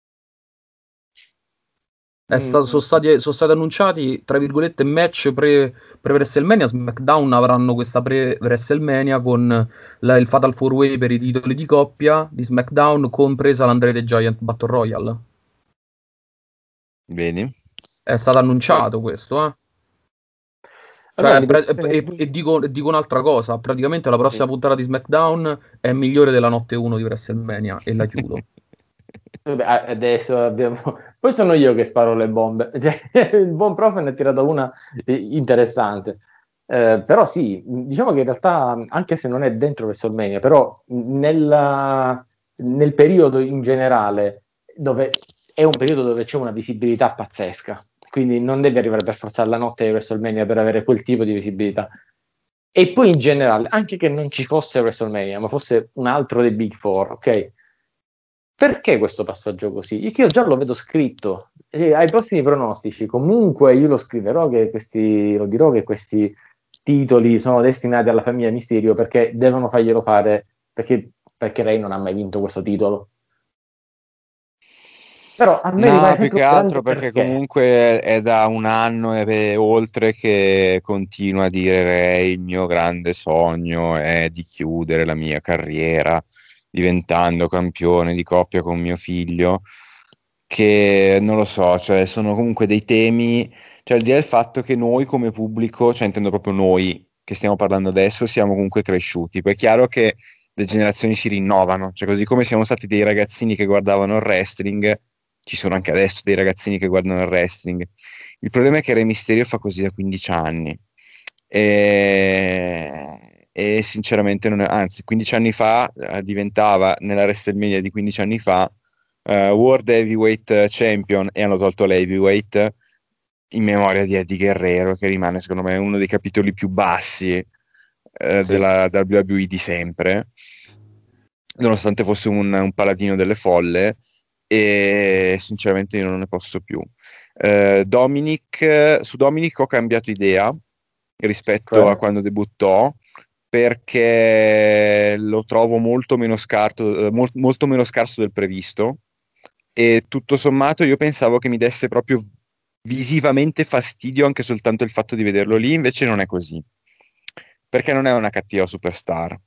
Speaker 3: Sono stati annunciati, tra virgolette, match pre-WrestleMania. SmackDown avranno questa pre-WrestleMania con il Fatal 4-Way per i titoli di coppia di SmackDown, compresa l'Andre the Giant Battle Royale.
Speaker 2: Vedi?
Speaker 3: È stato annunciato questo, eh?
Speaker 1: Allora,
Speaker 3: Cioè, e dico un'altra cosa, praticamente la prossima puntata di SmackDown è migliore della notte 1 di WrestleMania, e la chiudo.
Speaker 1: Vabbè, adesso abbiamo... Poi sono io che sparo le bombe. Cioè, il buon prof ne ha tirato una interessante. Però sì, diciamo che in realtà, anche se non è dentro WrestleMania, però nel periodo in generale, dove è un periodo dove c'è una visibilità pazzesca, quindi non devi arrivare per forza alla notte di WrestleMania per avere quel tipo di visibilità. E poi in generale, anche che non ci fosse WrestleMania, ma fosse un altro dei Big Four, ok? Perché questo passaggio così? Io già lo vedo scritto. E ai prossimi pronostici, comunque io lo scriverò lo dirò che questi titoli sono destinati alla famiglia Mysterio, perché devono farglielo fare, perché Rey non ha mai vinto questo titolo. Però a me rimane
Speaker 2: No, più
Speaker 1: sempre
Speaker 2: che
Speaker 1: un grande
Speaker 2: altro perché
Speaker 1: perché.
Speaker 2: comunque è da un anno e oltre che continua a dire Ray, il mio grande sogno è di chiudere la mia carriera diventando campione di coppia con mio figlio, che non lo so, cioè sono comunque dei temi, cioè al di là del fatto che noi come pubblico, cioè intendo proprio noi che stiamo parlando adesso, siamo comunque cresciuti. Poi è chiaro che le generazioni si rinnovano, cioè così come siamo stati dei ragazzini che guardavano il wrestling, ci sono anche adesso dei ragazzini che guardano il wrestling. Il problema è che Re Mysterio fa così da 15 anni e sinceramente non è, anzi 15 anni fa diventava nella WrestleMania di 15 anni fa World Heavyweight Champion e hanno tolto l'Heavyweight in memoria di Eddie Guerrero, che rimane secondo me uno dei capitoli più bassi della WWE di sempre, nonostante fosse un paladino delle folle, e sinceramente io non ne posso più. Su Dominic ho cambiato idea rispetto a quando debuttò, perché lo trovo molto meno molto meno scarso del previsto, e tutto sommato io pensavo che mi desse proprio visivamente fastidio anche soltanto il fatto di vederlo lì, invece non è così, perché non è una cattiva superstar.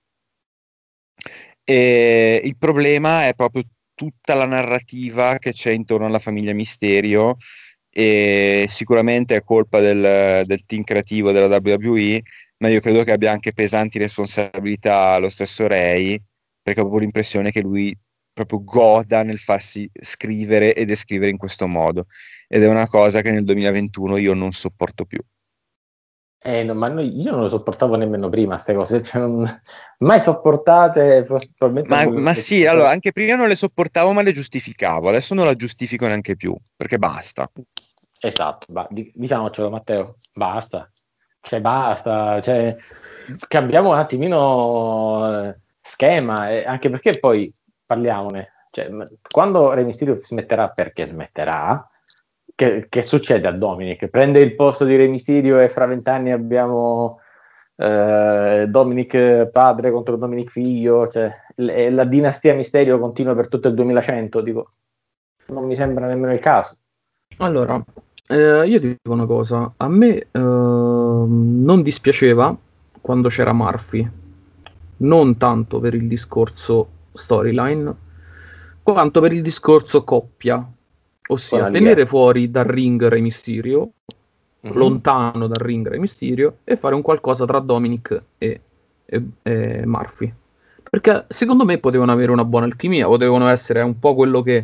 Speaker 2: E il problema è proprio tutta la narrativa che c'è intorno alla famiglia Mysterio, e sicuramente è colpa del team creativo della WWE, ma io credo che abbia anche pesanti responsabilità lo stesso Ray, perché ho proprio l'impressione che lui proprio goda nel farsi scrivere e descrivere in questo modo, ed è una cosa che nel 2021 io non sopporto più.
Speaker 1: Ma io non lo sopportavo nemmeno prima, queste cose, cioè mai sopportate, probabilmente
Speaker 2: Ma sì, allora, anche prima non le sopportavo, ma le giustificavo. Adesso non la giustifico neanche più, perché basta.
Speaker 1: Esatto, diciamocelo Matteo, basta. cioè basta, cioè, cambiamo un attimino schema, anche perché poi parliamone, cioè, quando Rey Mysterio smetterà, perché smetterà, che succede a Dominic? Prende il posto di Rey Mysterio e fra 20 anni abbiamo Dominic padre contro Dominic figlio, cioè, la dinastia Mysterio continua per tutto il 2100, dico, non mi sembra nemmeno il caso.
Speaker 3: Allora, io ti dico una cosa, a me non dispiaceva quando c'era Murphy, non tanto per il discorso storyline, quanto per il discorso coppia, ossia tenere fuori dal ring Rey Mysterio, lontano dal ring Rey Mysterio, e fare un qualcosa tra Dominic e Murphy. Perché secondo me potevano avere una buona alchimia, potevano essere un po' quello che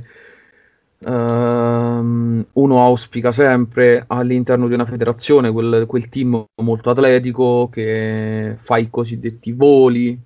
Speaker 3: uno auspica sempre all'interno di una federazione, quel team molto atletico che fa i cosiddetti voli,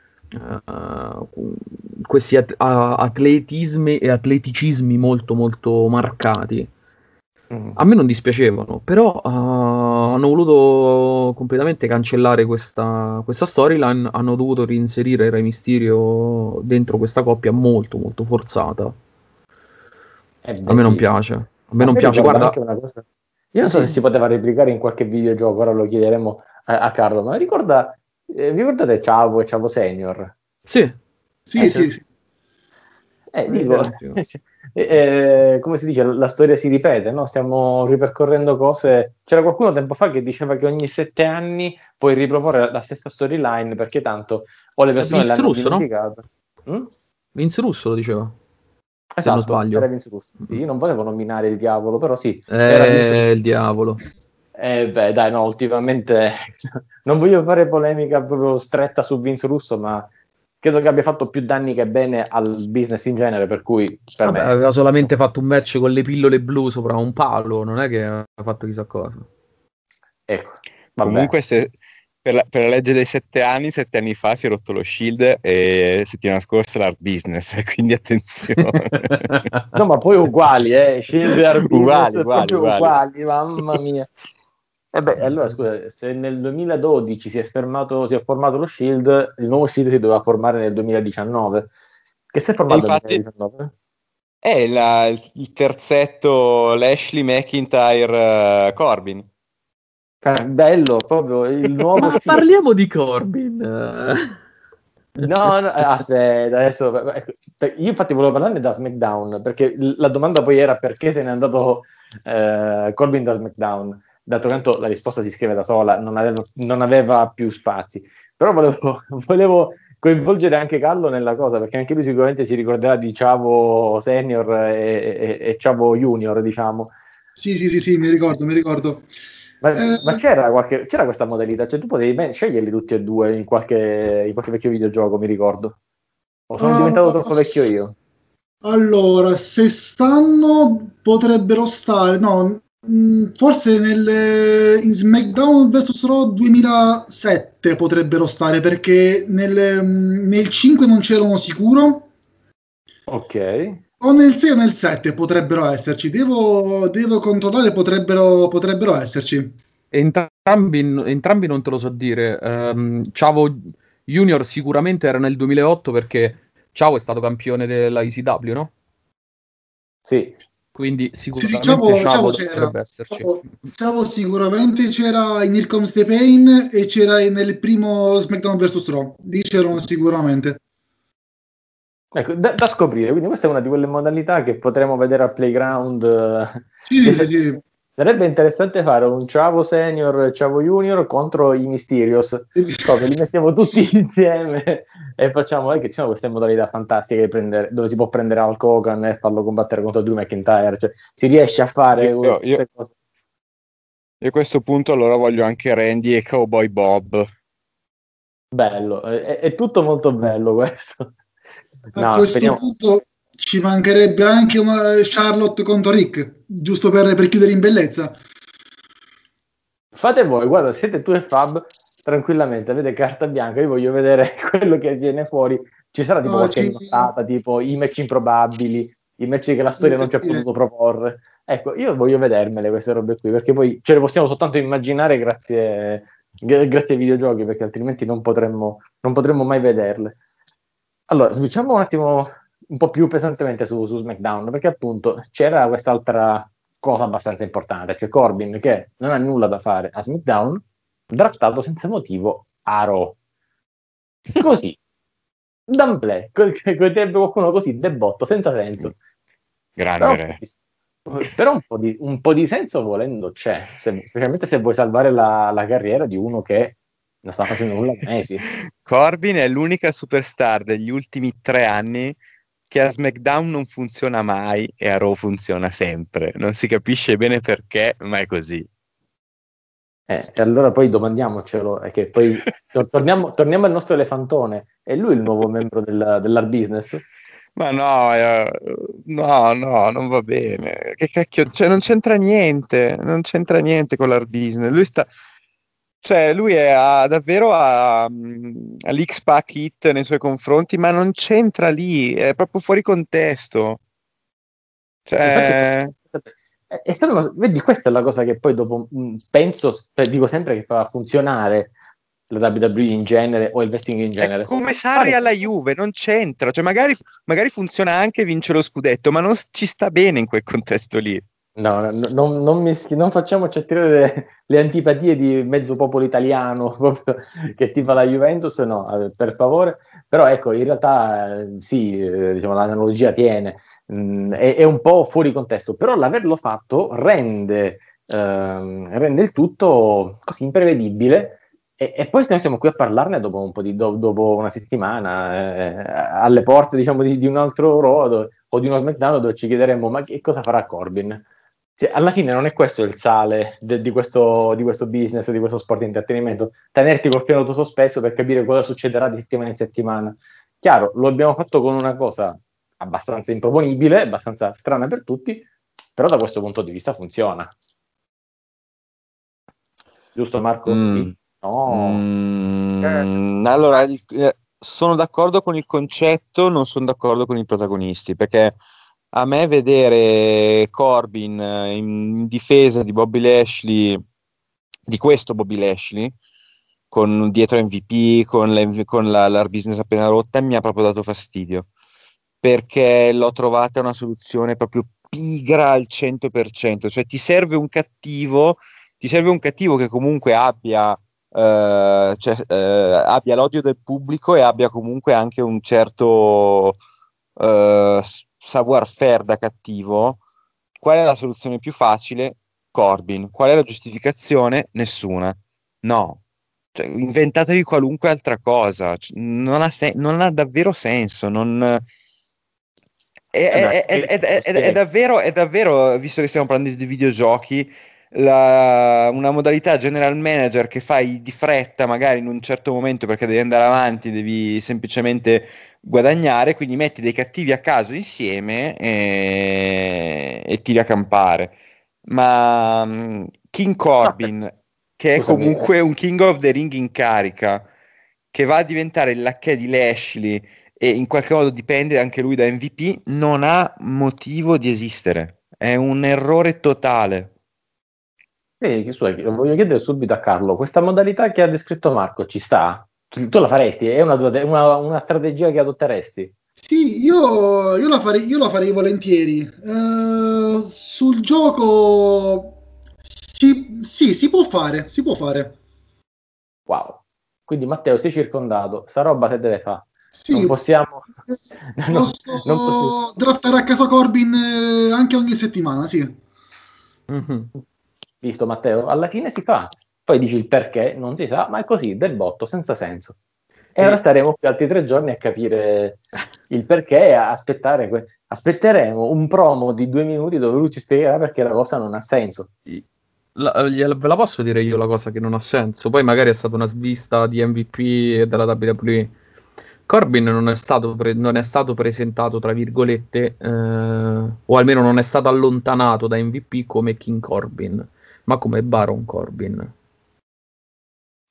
Speaker 3: questi atletismi e atleticismi molto molto marcati. A me non dispiacevano, però hanno voluto completamente cancellare questa storyline, hanno dovuto reinserire Rey Mysterio dentro questa coppia molto molto forzata. A me non piace. A me non piace, guarda.
Speaker 1: Anche una cosa. Io non so se si poteva replicare in qualche videogioco, ora lo chiederemo a Carlo, ma vi ricordate Chavo e Chavo Senior?
Speaker 4: Sì.
Speaker 1: Dico, come si dice, la storia si ripete, no? Stiamo ripercorrendo cose. C'era qualcuno tempo fa che diceva che ogni 7 anni puoi riproporre la stessa storyline perché tanto o le persone l'hanno dimenticata.
Speaker 3: No? Vince Russo lo diceva.
Speaker 1: Esatto, se non sbaglio. Era Vince Russo. Io non volevo nominare il diavolo, però sì.
Speaker 3: Era il diavolo.
Speaker 1: Dai, no, ultimamente non voglio fare polemica proprio stretta su Vince Russo, ma credo che abbia fatto più danni che bene al business in genere, per cui per me
Speaker 3: aveva solamente fatto un match con le pillole blu sopra un palo, non è che ha fatto chissà cosa.
Speaker 1: Ecco,
Speaker 2: vabbè. Comunque per la legge dei 7 anni fa si è rotto lo Shield e settimana scorsa l'Hard Business, quindi attenzione.
Speaker 1: No, ma poi uguali, Shield e Hard Business uguali, mamma mia. Allora scusa, se nel 2012 si è formato lo Shield, il nuovo Shield si doveva formare nel 2019. Che si è formato nel 2019?
Speaker 2: È il terzetto Lashley, McIntyre, Corbin.
Speaker 1: Bello, proprio il nuovo
Speaker 3: Ma
Speaker 1: Shield.
Speaker 3: Parliamo di Corbin.
Speaker 1: No, aspetta, adesso io infatti volevo parlarne da SmackDown, perché la domanda poi era perché se n'è andato Corbin da SmackDown. D'altro canto la risposta si scrive da sola, non aveva più spazi. Però volevo coinvolgere anche Carlo nella cosa, perché anche lui sicuramente si ricorderà di Chavo Senior e Chavo Junior, diciamo.
Speaker 4: Sì, mi ricordo.
Speaker 1: Ma c'era questa modalità, cioè tu potevi sceglierli tutti e due in qualche vecchio videogioco, mi ricordo. O sono diventato troppo vecchio io?
Speaker 4: Allora, se stanno potrebbero stare, no, forse in SmackDown vs Raw 2007 potrebbero stare, perché nel 5 non c'erano sicuro.
Speaker 1: Ok.
Speaker 4: O nel 6 o nel 7 potrebbero esserci. Devo controllare, potrebbero esserci.
Speaker 3: Entrambi non te lo so dire. Chavo Junior sicuramente era nel 2008 perché Chavo è stato campione della ECW, no?
Speaker 1: Sì.
Speaker 3: Quindi sicuramente Chavo dovrebbe esserci.
Speaker 4: Chavo sicuramente c'era in Here Comes the Pain e c'era nel primo SmackDown vs Raw. Lì c'erano sicuramente.
Speaker 1: Ecco, da scoprire, quindi questa è una di quelle modalità che potremo vedere al Playground.
Speaker 4: Sì.
Speaker 1: Sarebbe interessante fare un Chavo Senior e Chavo Junior contro i Mysterios, li mettiamo tutti insieme e facciamo che ci sono queste modalità fantastiche dove si può prendere Hulk Hogan e farlo combattere contro Drew McIntyre, cioè si riesce a fare queste cose.
Speaker 2: E a questo punto allora voglio anche Randy e Cowboy Bob.
Speaker 1: Bello, è tutto molto bello questo.
Speaker 4: A questo punto ci mancherebbe anche una Charlotte contro Rick, giusto per chiudere in bellezza.
Speaker 1: Fate voi, guarda, siete tu e Fab, tranquillamente, avete carta bianca, io voglio vedere quello che viene fuori. Ci sarà qualche notata, tipo i match improbabili, i match che la storia non ci ha potuto proporre. Ecco, io voglio vedermele queste robe qui, perché poi ce le possiamo soltanto immaginare grazie ai videogiochi, perché altrimenti non potremmo mai vederle. Allora, switchiamo un attimo un po' più pesantemente su SmackDown, perché appunto c'era quest'altra cosa abbastanza importante, cioè Corbin che non ha nulla da fare a SmackDown, draftato senza motivo a Raw. Così, d'amblè, qualcuno così, debotto, senza senso.
Speaker 2: Grande
Speaker 1: Però un po' di senso volendo c'è, specialmente se vuoi salvare la carriera di uno che non sta facendo nulla da mesi.
Speaker 2: Corbin è l'unica superstar degli ultimi 3 anni che a SmackDown non funziona mai e a Raw funziona sempre. Non si capisce bene perché, ma è così.
Speaker 1: E allora poi domandiamocelo, è che poi torniamo al nostro elefantone. È lui il nuovo membro dell'Art Business?
Speaker 2: Ma no, non va bene. Che cacchio, cioè non c'entra niente con l'hard business. Lui davvero all'X-Pac hit nei suoi confronti, ma non c'entra lì, è proprio fuori contesto. Cioè,
Speaker 1: Infatti è stata vedi, questa è la cosa che poi dopo penso, dico sempre che fa funzionare la WWE in genere o il wrestling in
Speaker 2: è
Speaker 1: genere.
Speaker 2: come Sarri alla Juve, non c'entra. Cioè, magari funziona anche vincere lo scudetto, ma non ci sta bene in quel contesto lì.
Speaker 1: No, non facciamoci attirare le antipatie di mezzo popolo italiano proprio, che tifa la Juventus, no, per favore. Però ecco, in realtà sì, diciamo, l'analogia tiene, è un po' fuori contesto, però l'averlo fatto rende il tutto così imprevedibile. E poi noi siamo qui a parlarne dopo un po' dopo una settimana, alle porte, diciamo, di un altro Raw o di uno SmackDown, dove ci chiederemo: ma che cosa farà Corbin? Cioè, alla fine non è questo il sale di questo business, di questo sport di intrattenimento, tenerti col fiato sospeso per capire cosa succederà di settimana in settimana. Chiaro, lo abbiamo fatto con una cosa abbastanza improponibile, abbastanza strana per tutti, però da questo punto di vista funziona. Giusto, Marco? Sì? No.
Speaker 2: Allora, sono d'accordo con il concetto, non sono d'accordo con i protagonisti, perché a me vedere Corbin in difesa di Bobby Lashley, di questo Bobby Lashley, con dietro MVP, con la business appena rotta, mi ha proprio dato fastidio, perché l'ho trovata una soluzione proprio pigra al 100%, cioè ti serve un cattivo che comunque abbia abbia l'odio del pubblico e abbia comunque anche un certo savoir-faire da cattivo. Qual è la soluzione più facile? Corbin. Qual è la giustificazione? Nessuna. No. Cioè, inventatevi qualunque altra cosa. Non ha davvero senso. È davvero, visto che stiamo parlando di videogiochi, una modalità general manager che fai di fretta magari in un certo momento perché devi andare avanti, devi semplicemente guadagnare, quindi metti dei cattivi a caso insieme e tiri a campare. Ma King Corbin, che è
Speaker 1: Scusami,
Speaker 2: comunque un King of the Ring in carica, che va a diventare il lacchè di Lashley e in qualche modo dipende anche lui da MVP, non ha motivo di esistere. È un errore totale.
Speaker 1: lo voglio chiedere subito a Carlo, questa modalità che ha descritto Marco ci sta? Tu la faresti? È una strategia che adotteresti?
Speaker 4: Sì, io la farei volentieri. Sul gioco, sì, si può fare, si può fare.
Speaker 1: Wow. Quindi Matteo, sei circondato, sta roba se deve fare. Non
Speaker 4: Sì,
Speaker 1: possiamo... non possiamo...
Speaker 4: posso draftare a casa Corbin anche ogni settimana, sì.
Speaker 3: Mm-hmm.
Speaker 1: Visto Matteo, alla fine si fa. Poi dici il perché, non si sa, ma è così, del botto, senza senso. E ora staremo qui altri 3 giorni a capire il perché e a aspettare. Aspetteremo un promo di 2 minuti dove lui ci spiegherà perché la cosa non ha senso.
Speaker 3: Ve la posso dire io la cosa che non ha senso? Poi magari è stata una svista di MVP e della WWE. Corbin non è stato presentato, tra virgolette, o almeno non è stato allontanato da MVP come King Corbin, ma come Baron Corbin.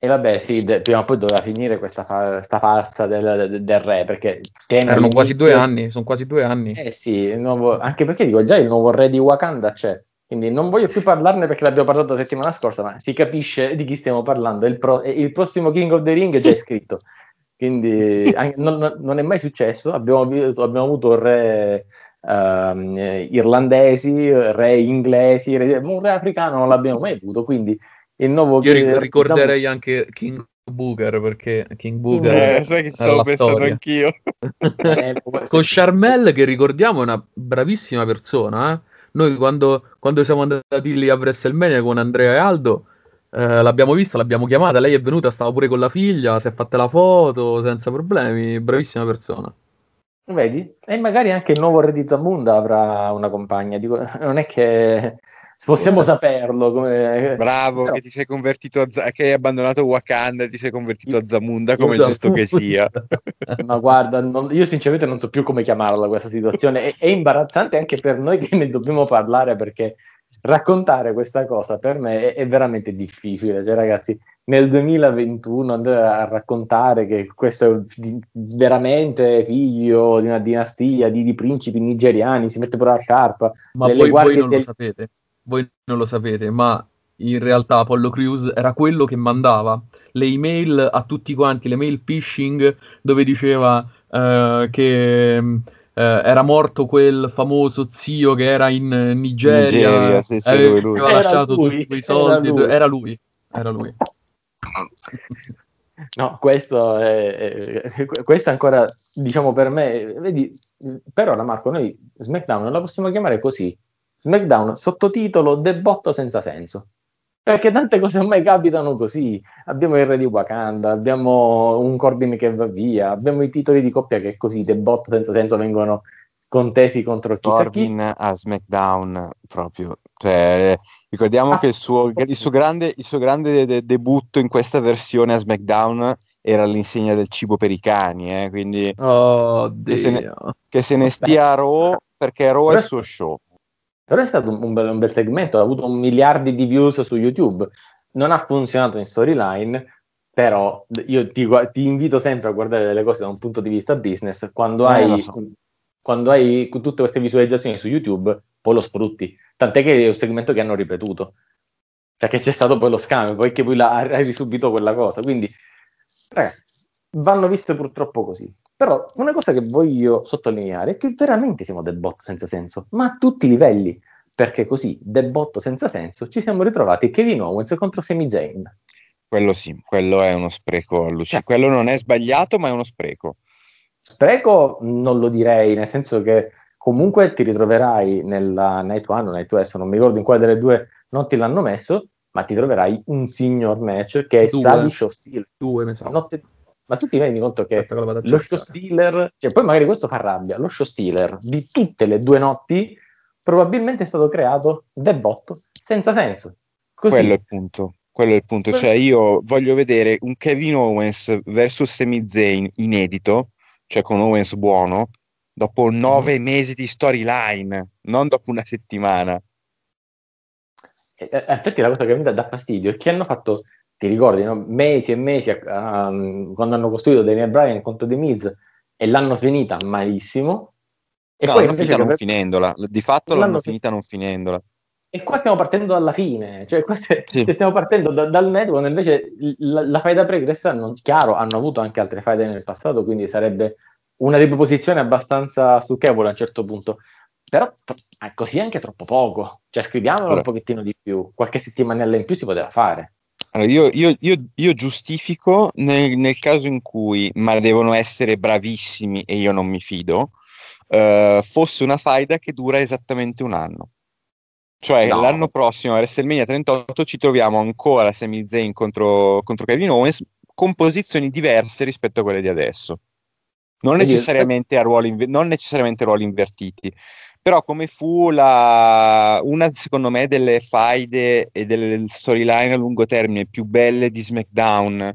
Speaker 1: E vabbè, sì, prima o poi doveva finire questa sta farsa del re, perché
Speaker 3: Erano quasi 2 anni, sono quasi 2 anni.
Speaker 1: Sì, anche perché dico, già il nuovo re di Wakanda c'è, quindi non voglio più parlarne perché l'abbiamo parlato la settimana scorsa, ma si capisce di chi stiamo parlando. Il prossimo King of the Ring è già iscritto, quindi non è mai successo. Abbiamo avuto re irlandesi, re inglesi, un re africano non l'abbiamo mai avuto, quindi il nuovo
Speaker 3: Io ricorderei anche King Booker, perché King Booker
Speaker 2: sai che stavo pensando
Speaker 3: storia.
Speaker 2: anch'io.
Speaker 3: Con Charmel, che ricordiamo è una bravissima persona. Noi quando siamo andati lì a WrestleMania con Andrea e Aldo, l'abbiamo vista, l'abbiamo chiamata, lei è venuta, stava pure con la figlia, si è fatta la foto senza problemi, bravissima persona.
Speaker 1: Vedi? E magari anche il nuovo re di Zamunda avrà una compagna. Dico, non è che possiamo saperlo.
Speaker 2: Bravo,
Speaker 1: Però...
Speaker 2: che ti sei convertito che hai abbandonato Wakanda e ti sei convertito a Zamunda, come è giusto che sia.
Speaker 1: Ma guarda, io sinceramente non so più come chiamarla questa situazione. È imbarazzante anche per noi che ne dobbiamo parlare, perché raccontare questa cosa per me è veramente difficile. Cioè, ragazzi, nel 2021 andare a raccontare che questo è veramente figlio di una dinastia di principi nigeriani, si mette pure la sciarpa,
Speaker 3: Ma voi non lo sapete, voi non lo sapete, ma in realtà Apollo Crews era quello che mandava le email a tutti quanti, le mail phishing, dove diceva che era morto quel famoso zio che era in Nigeria,
Speaker 2: Sì,
Speaker 3: aveva lasciato
Speaker 1: lui,
Speaker 3: tutti quei soldi, era lui.
Speaker 1: No, questo ancora, diciamo, per me, vedi, per ora Marco, noi SmackDown non la possiamo chiamare così. SmackDown sottotitolo debotto senza senso. Perché tante cose ormai capitano così. Abbiamo il re di Wakanda, abbiamo un Corbin che va via, abbiamo i titoli di coppia che così, debotto senza senso, vengono contesi contro chissà chi.
Speaker 2: Corbin a SmackDown proprio. Cioè, ricordiamo che il suo grande debutto in questa versione a SmackDown era all'insegna del cibo per i cani, quindi che se ne stia a Raw, perché Raw è il suo show.
Speaker 1: Però è stato un bel segmento, ha avuto 1 miliardo di views su YouTube, non ha funzionato in storyline, però io ti invito sempre a guardare delle cose da un punto di vista business. Quando hai tutte queste visualizzazioni su YouTube, poi lo sfrutti. Tant'è che è un segmento che hanno ripetuto, perché c'è stato poi lo scambio, poi che poi hai risubito quella cosa. Quindi, ragazzi, vanno viste purtroppo così. Però una cosa che voglio sottolineare è che veramente siamo del botto senza senso, ma a tutti i livelli, perché così, del botto senza senso, ci siamo ritrovati Kevin Owens contro Sami Zayn.
Speaker 2: Quello sì, quello è uno spreco allucinante. Quello non è sbagliato, ma è uno spreco.
Speaker 1: Spreco non lo direi, nel senso che comunque ti ritroverai nella Night 1 o Night 2, adesso non mi ricordo in quale delle due non ti l'hanno messo, ma ti troverai un signor match che è Sadi Show Stealer.
Speaker 3: 2, mi sa.
Speaker 1: Ma tu ti rendi conto che lo show stealer, cioè poi magari questo fa rabbia, lo show stealer di tutte le 2 notti probabilmente è stato creato del botto senza senso. Così.
Speaker 2: Quello è il punto. Cioè io voglio vedere un Kevin Owens versus Sami Zayn inedito, cioè con Owens buono, dopo 9 mesi di storyline, non dopo una settimana.
Speaker 1: Infatti la cosa che mi dà fastidio è che hanno fatto, ti ricordi, no? Mesi e mesi quando hanno costruito Daniel Bryan contro The Miz e l'hanno finita malissimo. E
Speaker 2: no,
Speaker 1: poi
Speaker 2: l'hanno finita non finendola. Di fatto l'hanno finita non finendola.
Speaker 1: E qua stiamo partendo dalla fine, cioè qua stiamo partendo dal network, invece la faida pregressa, chiaro, hanno avuto anche altre faide nel passato, quindi sarebbe una riproposizione abbastanza stucchevole a un certo punto. Però così anche troppo poco, cioè scriviamolo un pochettino di più, qualche settimanella in più si poteva fare.
Speaker 2: Allora, io giustifico nel caso in cui, ma devono essere bravissimi e io non mi fido, fosse una faida che dura esattamente 1 anno. Cioè l'anno prossimo a WrestleMania 38 ci troviamo ancora Sami Zayn contro Kevin Owens con posizioni diverse rispetto a quelle di adesso. Non necessariamente ruoli invertiti. Però come fu una, secondo me, delle faide e delle storyline a lungo termine più belle di SmackDown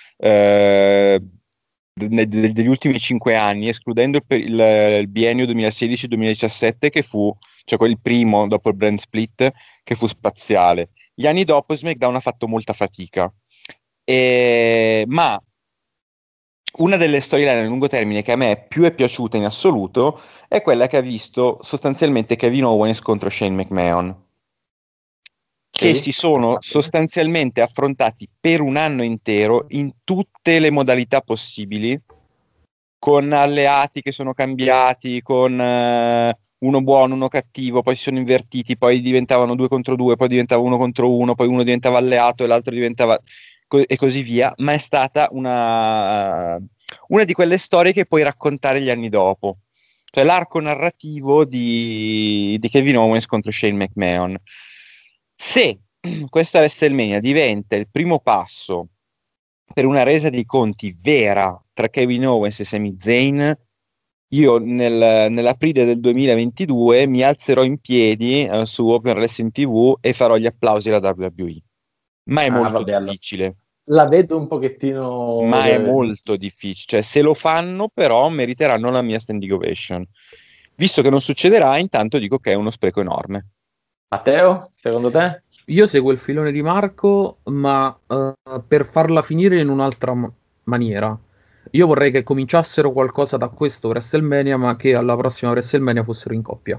Speaker 2: degli ultimi 5 anni, escludendo il biennio 2016-2017 che fu, cioè quel primo dopo il brand split, che fu spaziale. Gli anni dopo SmackDown ha fatto molta fatica. Ma una delle storyline a lungo termine che a me più è piaciuta in assoluto è quella che ha visto sostanzialmente Kevin Owens contro Shane McMahon, che si sono sostanzialmente affrontati per un anno intero in tutte le modalità possibili, con alleati che sono cambiati, con uno buono, uno cattivo, poi si sono invertiti, poi diventavano 2 contro 2, poi diventava 1 contro 1, poi uno diventava alleato e l'altro diventava... e così via, ma è stata una di quelle storie che puoi raccontare gli anni dopo. Cioè l'arco narrativo di Kevin Owens contro Shane McMahon. Se questa WrestleMania diventa il primo passo per una resa dei conti vera tra Kevin Owens e Sami Zayn, io nell'aprile del 2022 mi alzerò in piedi su Open Wrestling TV e farò gli applausi alla WWE. Ma è molto difficile.
Speaker 1: La vedo un pochettino...
Speaker 2: Ma è molto difficile. Cioè, se lo fanno, però, meriteranno la mia standing ovation. Visto che non succederà, intanto dico che è uno spreco enorme.
Speaker 1: Matteo, secondo te?
Speaker 3: Io seguo il filone di Marco, ma per farla finire in un'altra maniera. Io vorrei che cominciassero qualcosa da questo WrestleMania, ma che alla prossima WrestleMania fossero in coppia.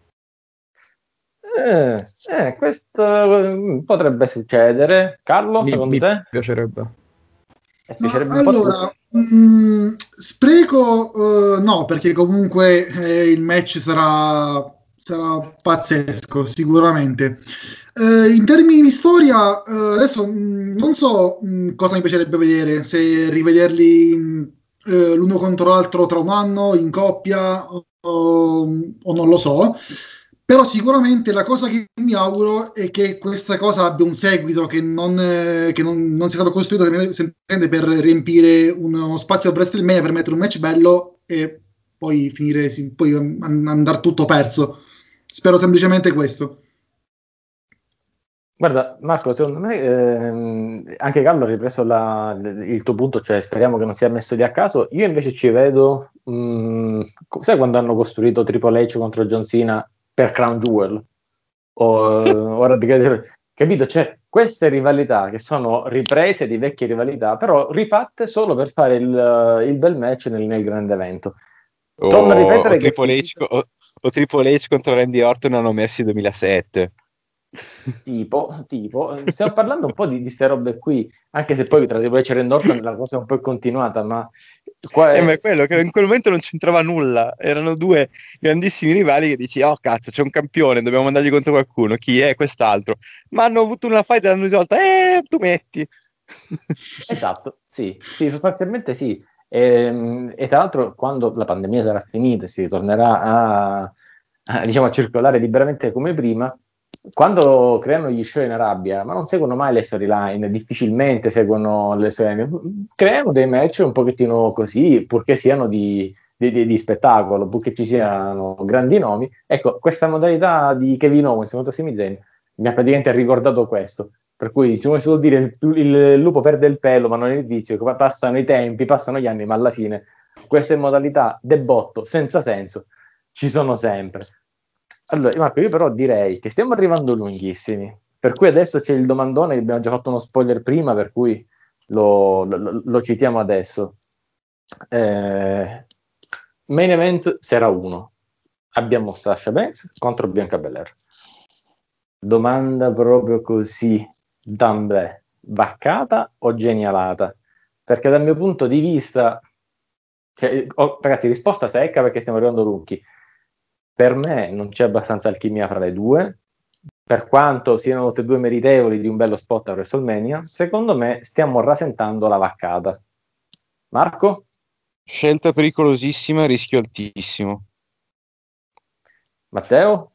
Speaker 1: Questo potrebbe succedere. Carlo, secondo te?
Speaker 3: Mi piacerebbe.
Speaker 4: Allora, spreco no, perché comunque il match sarà pazzesco, sicuramente. In termini di storia, adesso non so cosa mi piacerebbe vedere, se rivederli l'uno contro l'altro tra un anno, in coppia, o non lo so. Però sicuramente la cosa che mi auguro è che questa cosa abbia un seguito, che non sia stato costruito semplicemente per riempire uno spazio per WrestleMania, per mettere un match bello e poi finire, poi andare tutto perso. Spero semplicemente questo.
Speaker 1: Guarda, Marco, secondo me anche Gallo ha ripreso il tuo punto, cioè speriamo che non sia messo lì a caso. Io invece ci vedo, sai quando hanno costruito Triple H contro John Cena per Crown Jewel? Ora capito? C'è queste rivalità che sono riprese di vecchie rivalità, però rifatte solo per fare il bel match nel grande evento.
Speaker 2: Torno a ripetere che o Triple H contro Randy Orton hanno Mercy 2007.
Speaker 1: Tipo, stiamo parlando un po' di queste robe qui, anche se poi tra Triple H e Randy Orton la cosa è un po' continuata, ma
Speaker 2: ma è quello che in quel momento non c'entrava nulla, erano due grandissimi rivali che dici, oh cazzo, c'è un campione, dobbiamo mandargli contro qualcuno, chi è quest'altro? Ma hanno avuto una fight e l'hanno risolta, tu metti.
Speaker 1: Esatto, sì, sostanzialmente sì. E tra l'altro quando la pandemia sarà finita e si ritornerà diciamo, a circolare liberamente come prima, quando creano gli show in Arabia, ma non seguono mai le storyline, difficilmente seguono le storyline, creano dei match un pochettino così, purché siano di spettacolo, purché ci siano grandi nomi. Ecco, questa modalità di Kevin Owens contro Sami Zayn mi ha praticamente ricordato questo. Per cui, come si vuol dire, il lupo perde il pelo, ma non il vizio, passano i tempi, passano gli anni, ma alla fine queste modalità debotto, senza senso, ci sono sempre. Allora, Marco, io però direi che stiamo arrivando lunghissimi, per cui adesso c'è il domandone, che abbiamo già fatto uno spoiler prima, per cui lo citiamo adesso. Main event sera 1. Abbiamo Sasha Banks contro Bianca Belair. Domanda proprio così, d'amblè, vaccata o genialata? Perché dal mio punto di vista, ragazzi, risposta secca perché stiamo arrivando lunghi. Per me non c'è abbastanza alchimia fra le due, per quanto siano tutte e due meritevoli di un bello spot a WrestleMania. Secondo me stiamo rasentando la vaccata. Marco?
Speaker 2: Scelta pericolosissima, rischio altissimo.
Speaker 1: Matteo?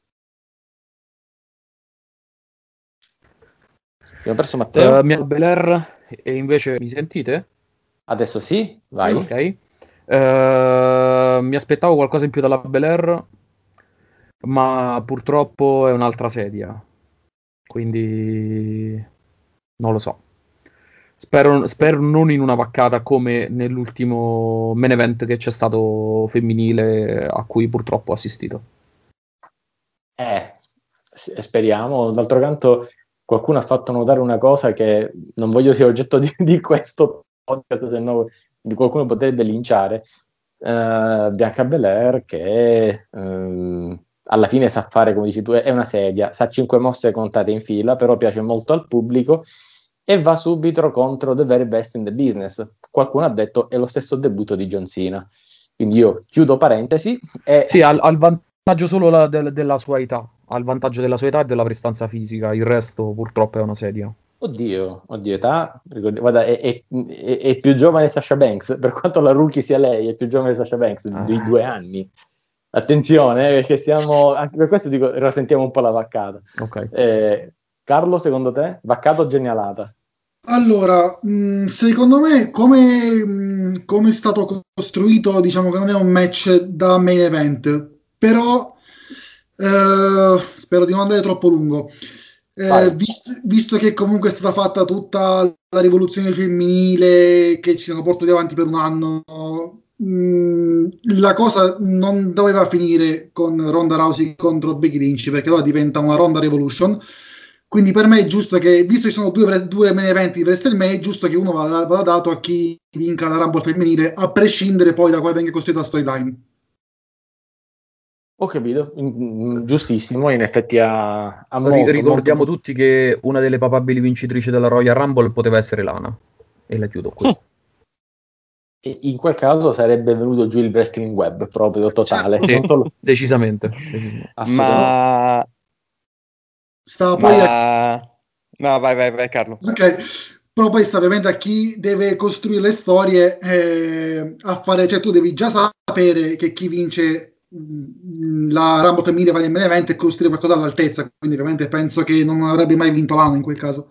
Speaker 1: Abbiamo perso Matteo?
Speaker 3: Belair, e invece mi sentite?
Speaker 1: Adesso sì, vai.
Speaker 3: Ok. Mi aspettavo qualcosa in più dalla Belair, ma purtroppo è un'altra sedia. Quindi non lo so. Spero non in una vaccata come nell'ultimo main event che c'è stato femminile a cui purtroppo ho assistito.
Speaker 1: Speriamo. D'altro canto qualcuno ha fatto notare una cosa che non voglio sia oggetto di questo podcast, se no qualcuno potrebbe linciare. Bianca Belair che alla fine sa fare, come dici tu, è una sedia, sa 5 mosse contate in fila, però piace molto al pubblico e va subito contro the very best in the business. Qualcuno ha detto è lo stesso debutto di John Cena. Quindi io chiudo parentesi e...
Speaker 3: Sì, al vantaggio solo della sua età, al vantaggio della sua età e della prestanza fisica, il resto purtroppo è una sedia.
Speaker 1: Oddio, età, guarda, è più giovane Sasha Banks, per quanto la rookie sia lei, è più giovane Sasha Banks di 2 anni. Attenzione, perché siamo, anche per questo dico, rasentiamo un po' la vaccata.
Speaker 3: Okay.
Speaker 1: Carlo, secondo te, vaccata o genialata?
Speaker 4: Allora, secondo me, come è stato costruito, diciamo che non è un match da main event, però spero di non andare troppo lungo. Visto che comunque è stata fatta tutta la rivoluzione femminile che ci hanno portato avanti per un anno, la cosa non doveva finire con Ronda Rousey contro Becky Lynch, perché allora diventa una Ronda Revolution. Quindi per me è giusto che, visto che ci sono due main event di WrestleMania, è giusto che uno vada dato a chi vinca la Rumble femminile, a prescindere poi da quale venga costruita la storyline.
Speaker 1: Ho capito, giustissimo, in effetti ha
Speaker 3: Ricordiamo
Speaker 1: molto...
Speaker 3: tutti che una delle papabili vincitrici della Royal Rumble poteva essere Lana, e la chiudo qui.
Speaker 1: In quel caso sarebbe venuto giù il wrestling web proprio totale.
Speaker 3: Sì,
Speaker 1: non solo...
Speaker 3: decisamente.
Speaker 2: Ma...
Speaker 4: Sta poi
Speaker 2: No, vai Carlo.
Speaker 4: Ok, però poi sta ovviamente a chi deve costruire le storie a fare, cioè tu devi già sapere che chi vince la Rumble femminile va nel main event e costruire qualcosa all'altezza, quindi ovviamente penso che non avrebbe mai vinto Lana in quel caso.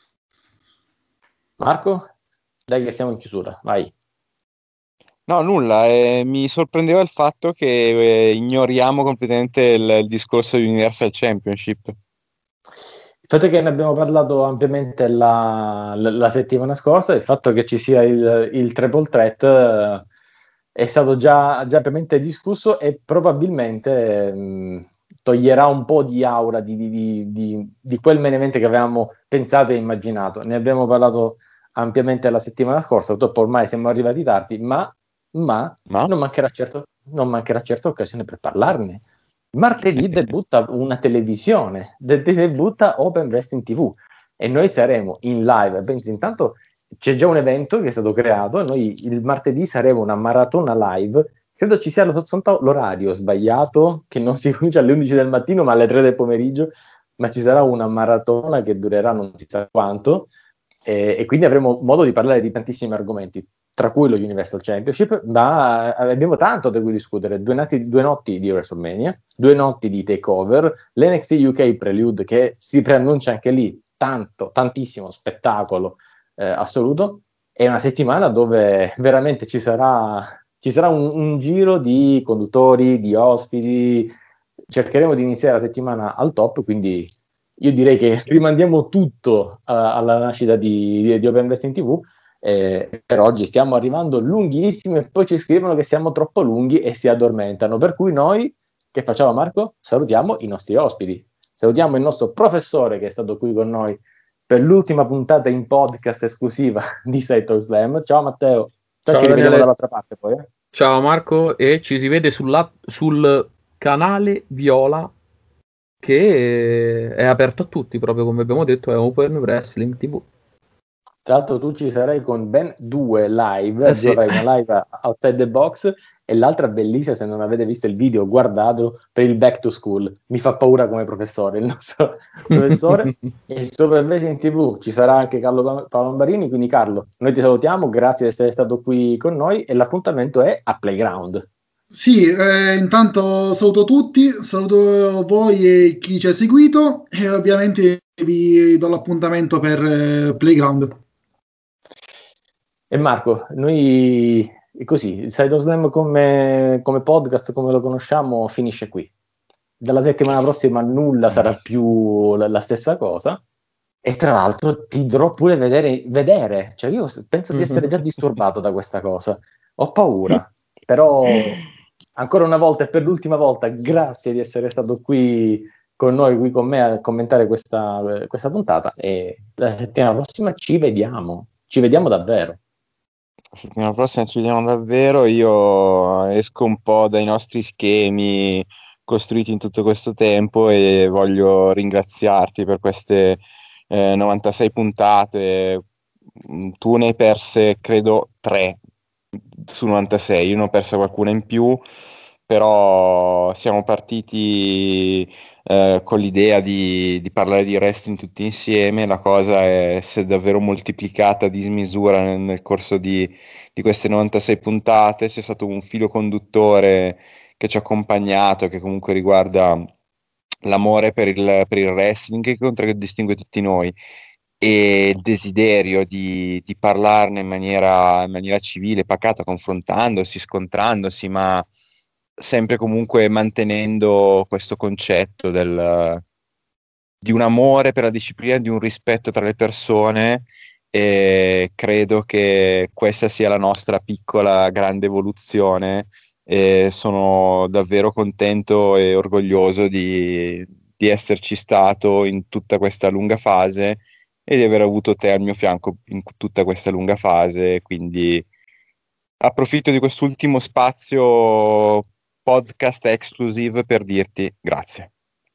Speaker 1: Marco? Dai che siamo in chiusura, vai.
Speaker 2: No, nulla, mi sorprendeva il fatto che ignoriamo completamente il discorso di Universal Championship.
Speaker 1: Il fatto che ne abbiamo parlato ampiamente la settimana scorsa, il fatto che ci sia il triple threat è stato già ampiamente discusso e probabilmente toglierà un po' di aura di quel main event che avevamo pensato e immaginato. Ne abbiamo parlato ampiamente la settimana scorsa, purtroppo ormai siamo arrivati tardi, ma non mancherà certo occasione per parlarne. Martedì debutta una televisione, debutta Open Wrestling TV e noi saremo in live. Pensi, intanto c'è già un evento che è stato creato e noi il martedì saremo una maratona live. Credo ci sia l'orario sbagliato, che non si comincia alle 11 del mattino ma alle 3 del pomeriggio, ma ci sarà una maratona che durerà non si sa quanto e quindi avremo modo di parlare di tantissimi argomenti, tra cui lo Universal Championship, ma abbiamo tanto da cui discutere. Due notti di WrestleMania, 2 notti di TakeOver, l'NXT UK Prelude che si preannuncia anche lì, tantissimo spettacolo assoluto, e una settimana dove veramente ci sarà un giro di conduttori, di ospiti. Cercheremo di iniziare la settimana al top, quindi io direi che rimandiamo tutto alla nascita di Open Wrestling TV. Per oggi stiamo arrivando lunghissimi e poi ci scrivono che siamo troppo lunghi e si addormentano, per cui noi che facciamo, Marco? Salutiamo i nostri ospiti, salutiamo il nostro professore che è stato qui con noi per l'ultima puntata in podcast esclusiva di Saito Slam. Ciao Matteo,
Speaker 3: ciao,
Speaker 1: ci rivediamo dall'altra parte poi.
Speaker 3: Ciao Marco, e ci si vede sul canale Viola che è aperto a tutti, proprio come abbiamo detto, è Open Wrestling TV.
Speaker 1: Tra l'altro tu ci sarai con ben 2 live, sì. Avrai una live outside the box e l'altra bellissima, se non avete visto il video guardatelo, per il back to school. Mi fa paura come professore, il nostro professore. E sopra in TV ci sarà anche Carlo Palombarini, quindi Carlo, noi ti salutiamo, grazie di essere stato qui con noi e l'appuntamento è a Playground.
Speaker 4: Sì, intanto saluto tutti, saluto voi e chi ci ha seguito e ovviamente vi do l'appuntamento per Playground.
Speaker 1: E Marco, noi così, il Side of Slam come podcast, come lo conosciamo, finisce qui. Dalla settimana prossima nulla sarà più la stessa cosa. E tra l'altro ti dovrò pure vedere. Cioè io penso di essere già disturbato da questa cosa. Ho paura. Però ancora una volta e per l'ultima volta, grazie di essere stato qui con noi qui con me a commentare questa puntata, e la settimana prossima ci vediamo davvero.
Speaker 2: La settimana prossima ci vediamo davvero. Io esco un po' dai nostri schemi costruiti in tutto questo tempo e voglio ringraziarti per queste 96 puntate. Tu ne hai perse credo 3 su 96, io ne ho persa qualcuna in più, però siamo partiti con l'idea di parlare di wrestling tutti insieme. La cosa si è davvero moltiplicata a dismisura nel corso di queste 96 puntate. C'è stato un filo conduttore che ci ha accompagnato, che comunque riguarda l'amore per il wrestling, che contraddistingue tutti noi, e il desiderio di parlarne in maniera civile, pacata, confrontandosi, scontrandosi, ma sempre comunque mantenendo questo concetto di un amore per la disciplina, di un rispetto tra le persone. E credo che questa sia la nostra piccola grande evoluzione, e sono davvero contento e orgoglioso di esserci stato in tutta questa lunga fase e di aver avuto te al mio fianco in tutta questa lunga fase. Quindi approfitto di quest'ultimo spazio podcast exclusive per dirti grazie.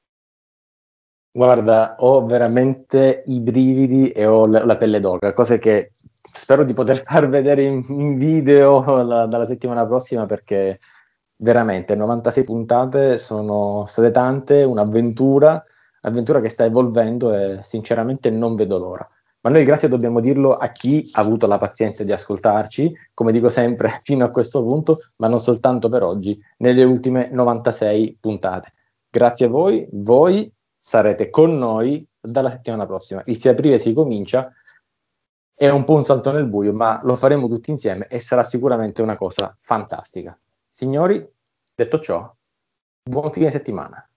Speaker 1: Guarda, ho veramente i brividi e ho la pelle d'oca, cose che spero di poter far vedere in video dalla settimana prossima, perché veramente 96 puntate sono state tante, un'avventura che sta evolvendo e sinceramente non vedo l'ora. Ma noi grazie dobbiamo dirlo a chi ha avuto la pazienza di ascoltarci, come dico sempre, fino a questo punto, ma non soltanto per oggi, nelle ultime 96 puntate. Grazie a voi sarete con noi dalla settimana prossima. Il 6 aprile si comincia, è un po' un salto nel buio, ma lo faremo tutti insieme e sarà sicuramente una cosa fantastica. Signori, detto ciò, buon fine settimana.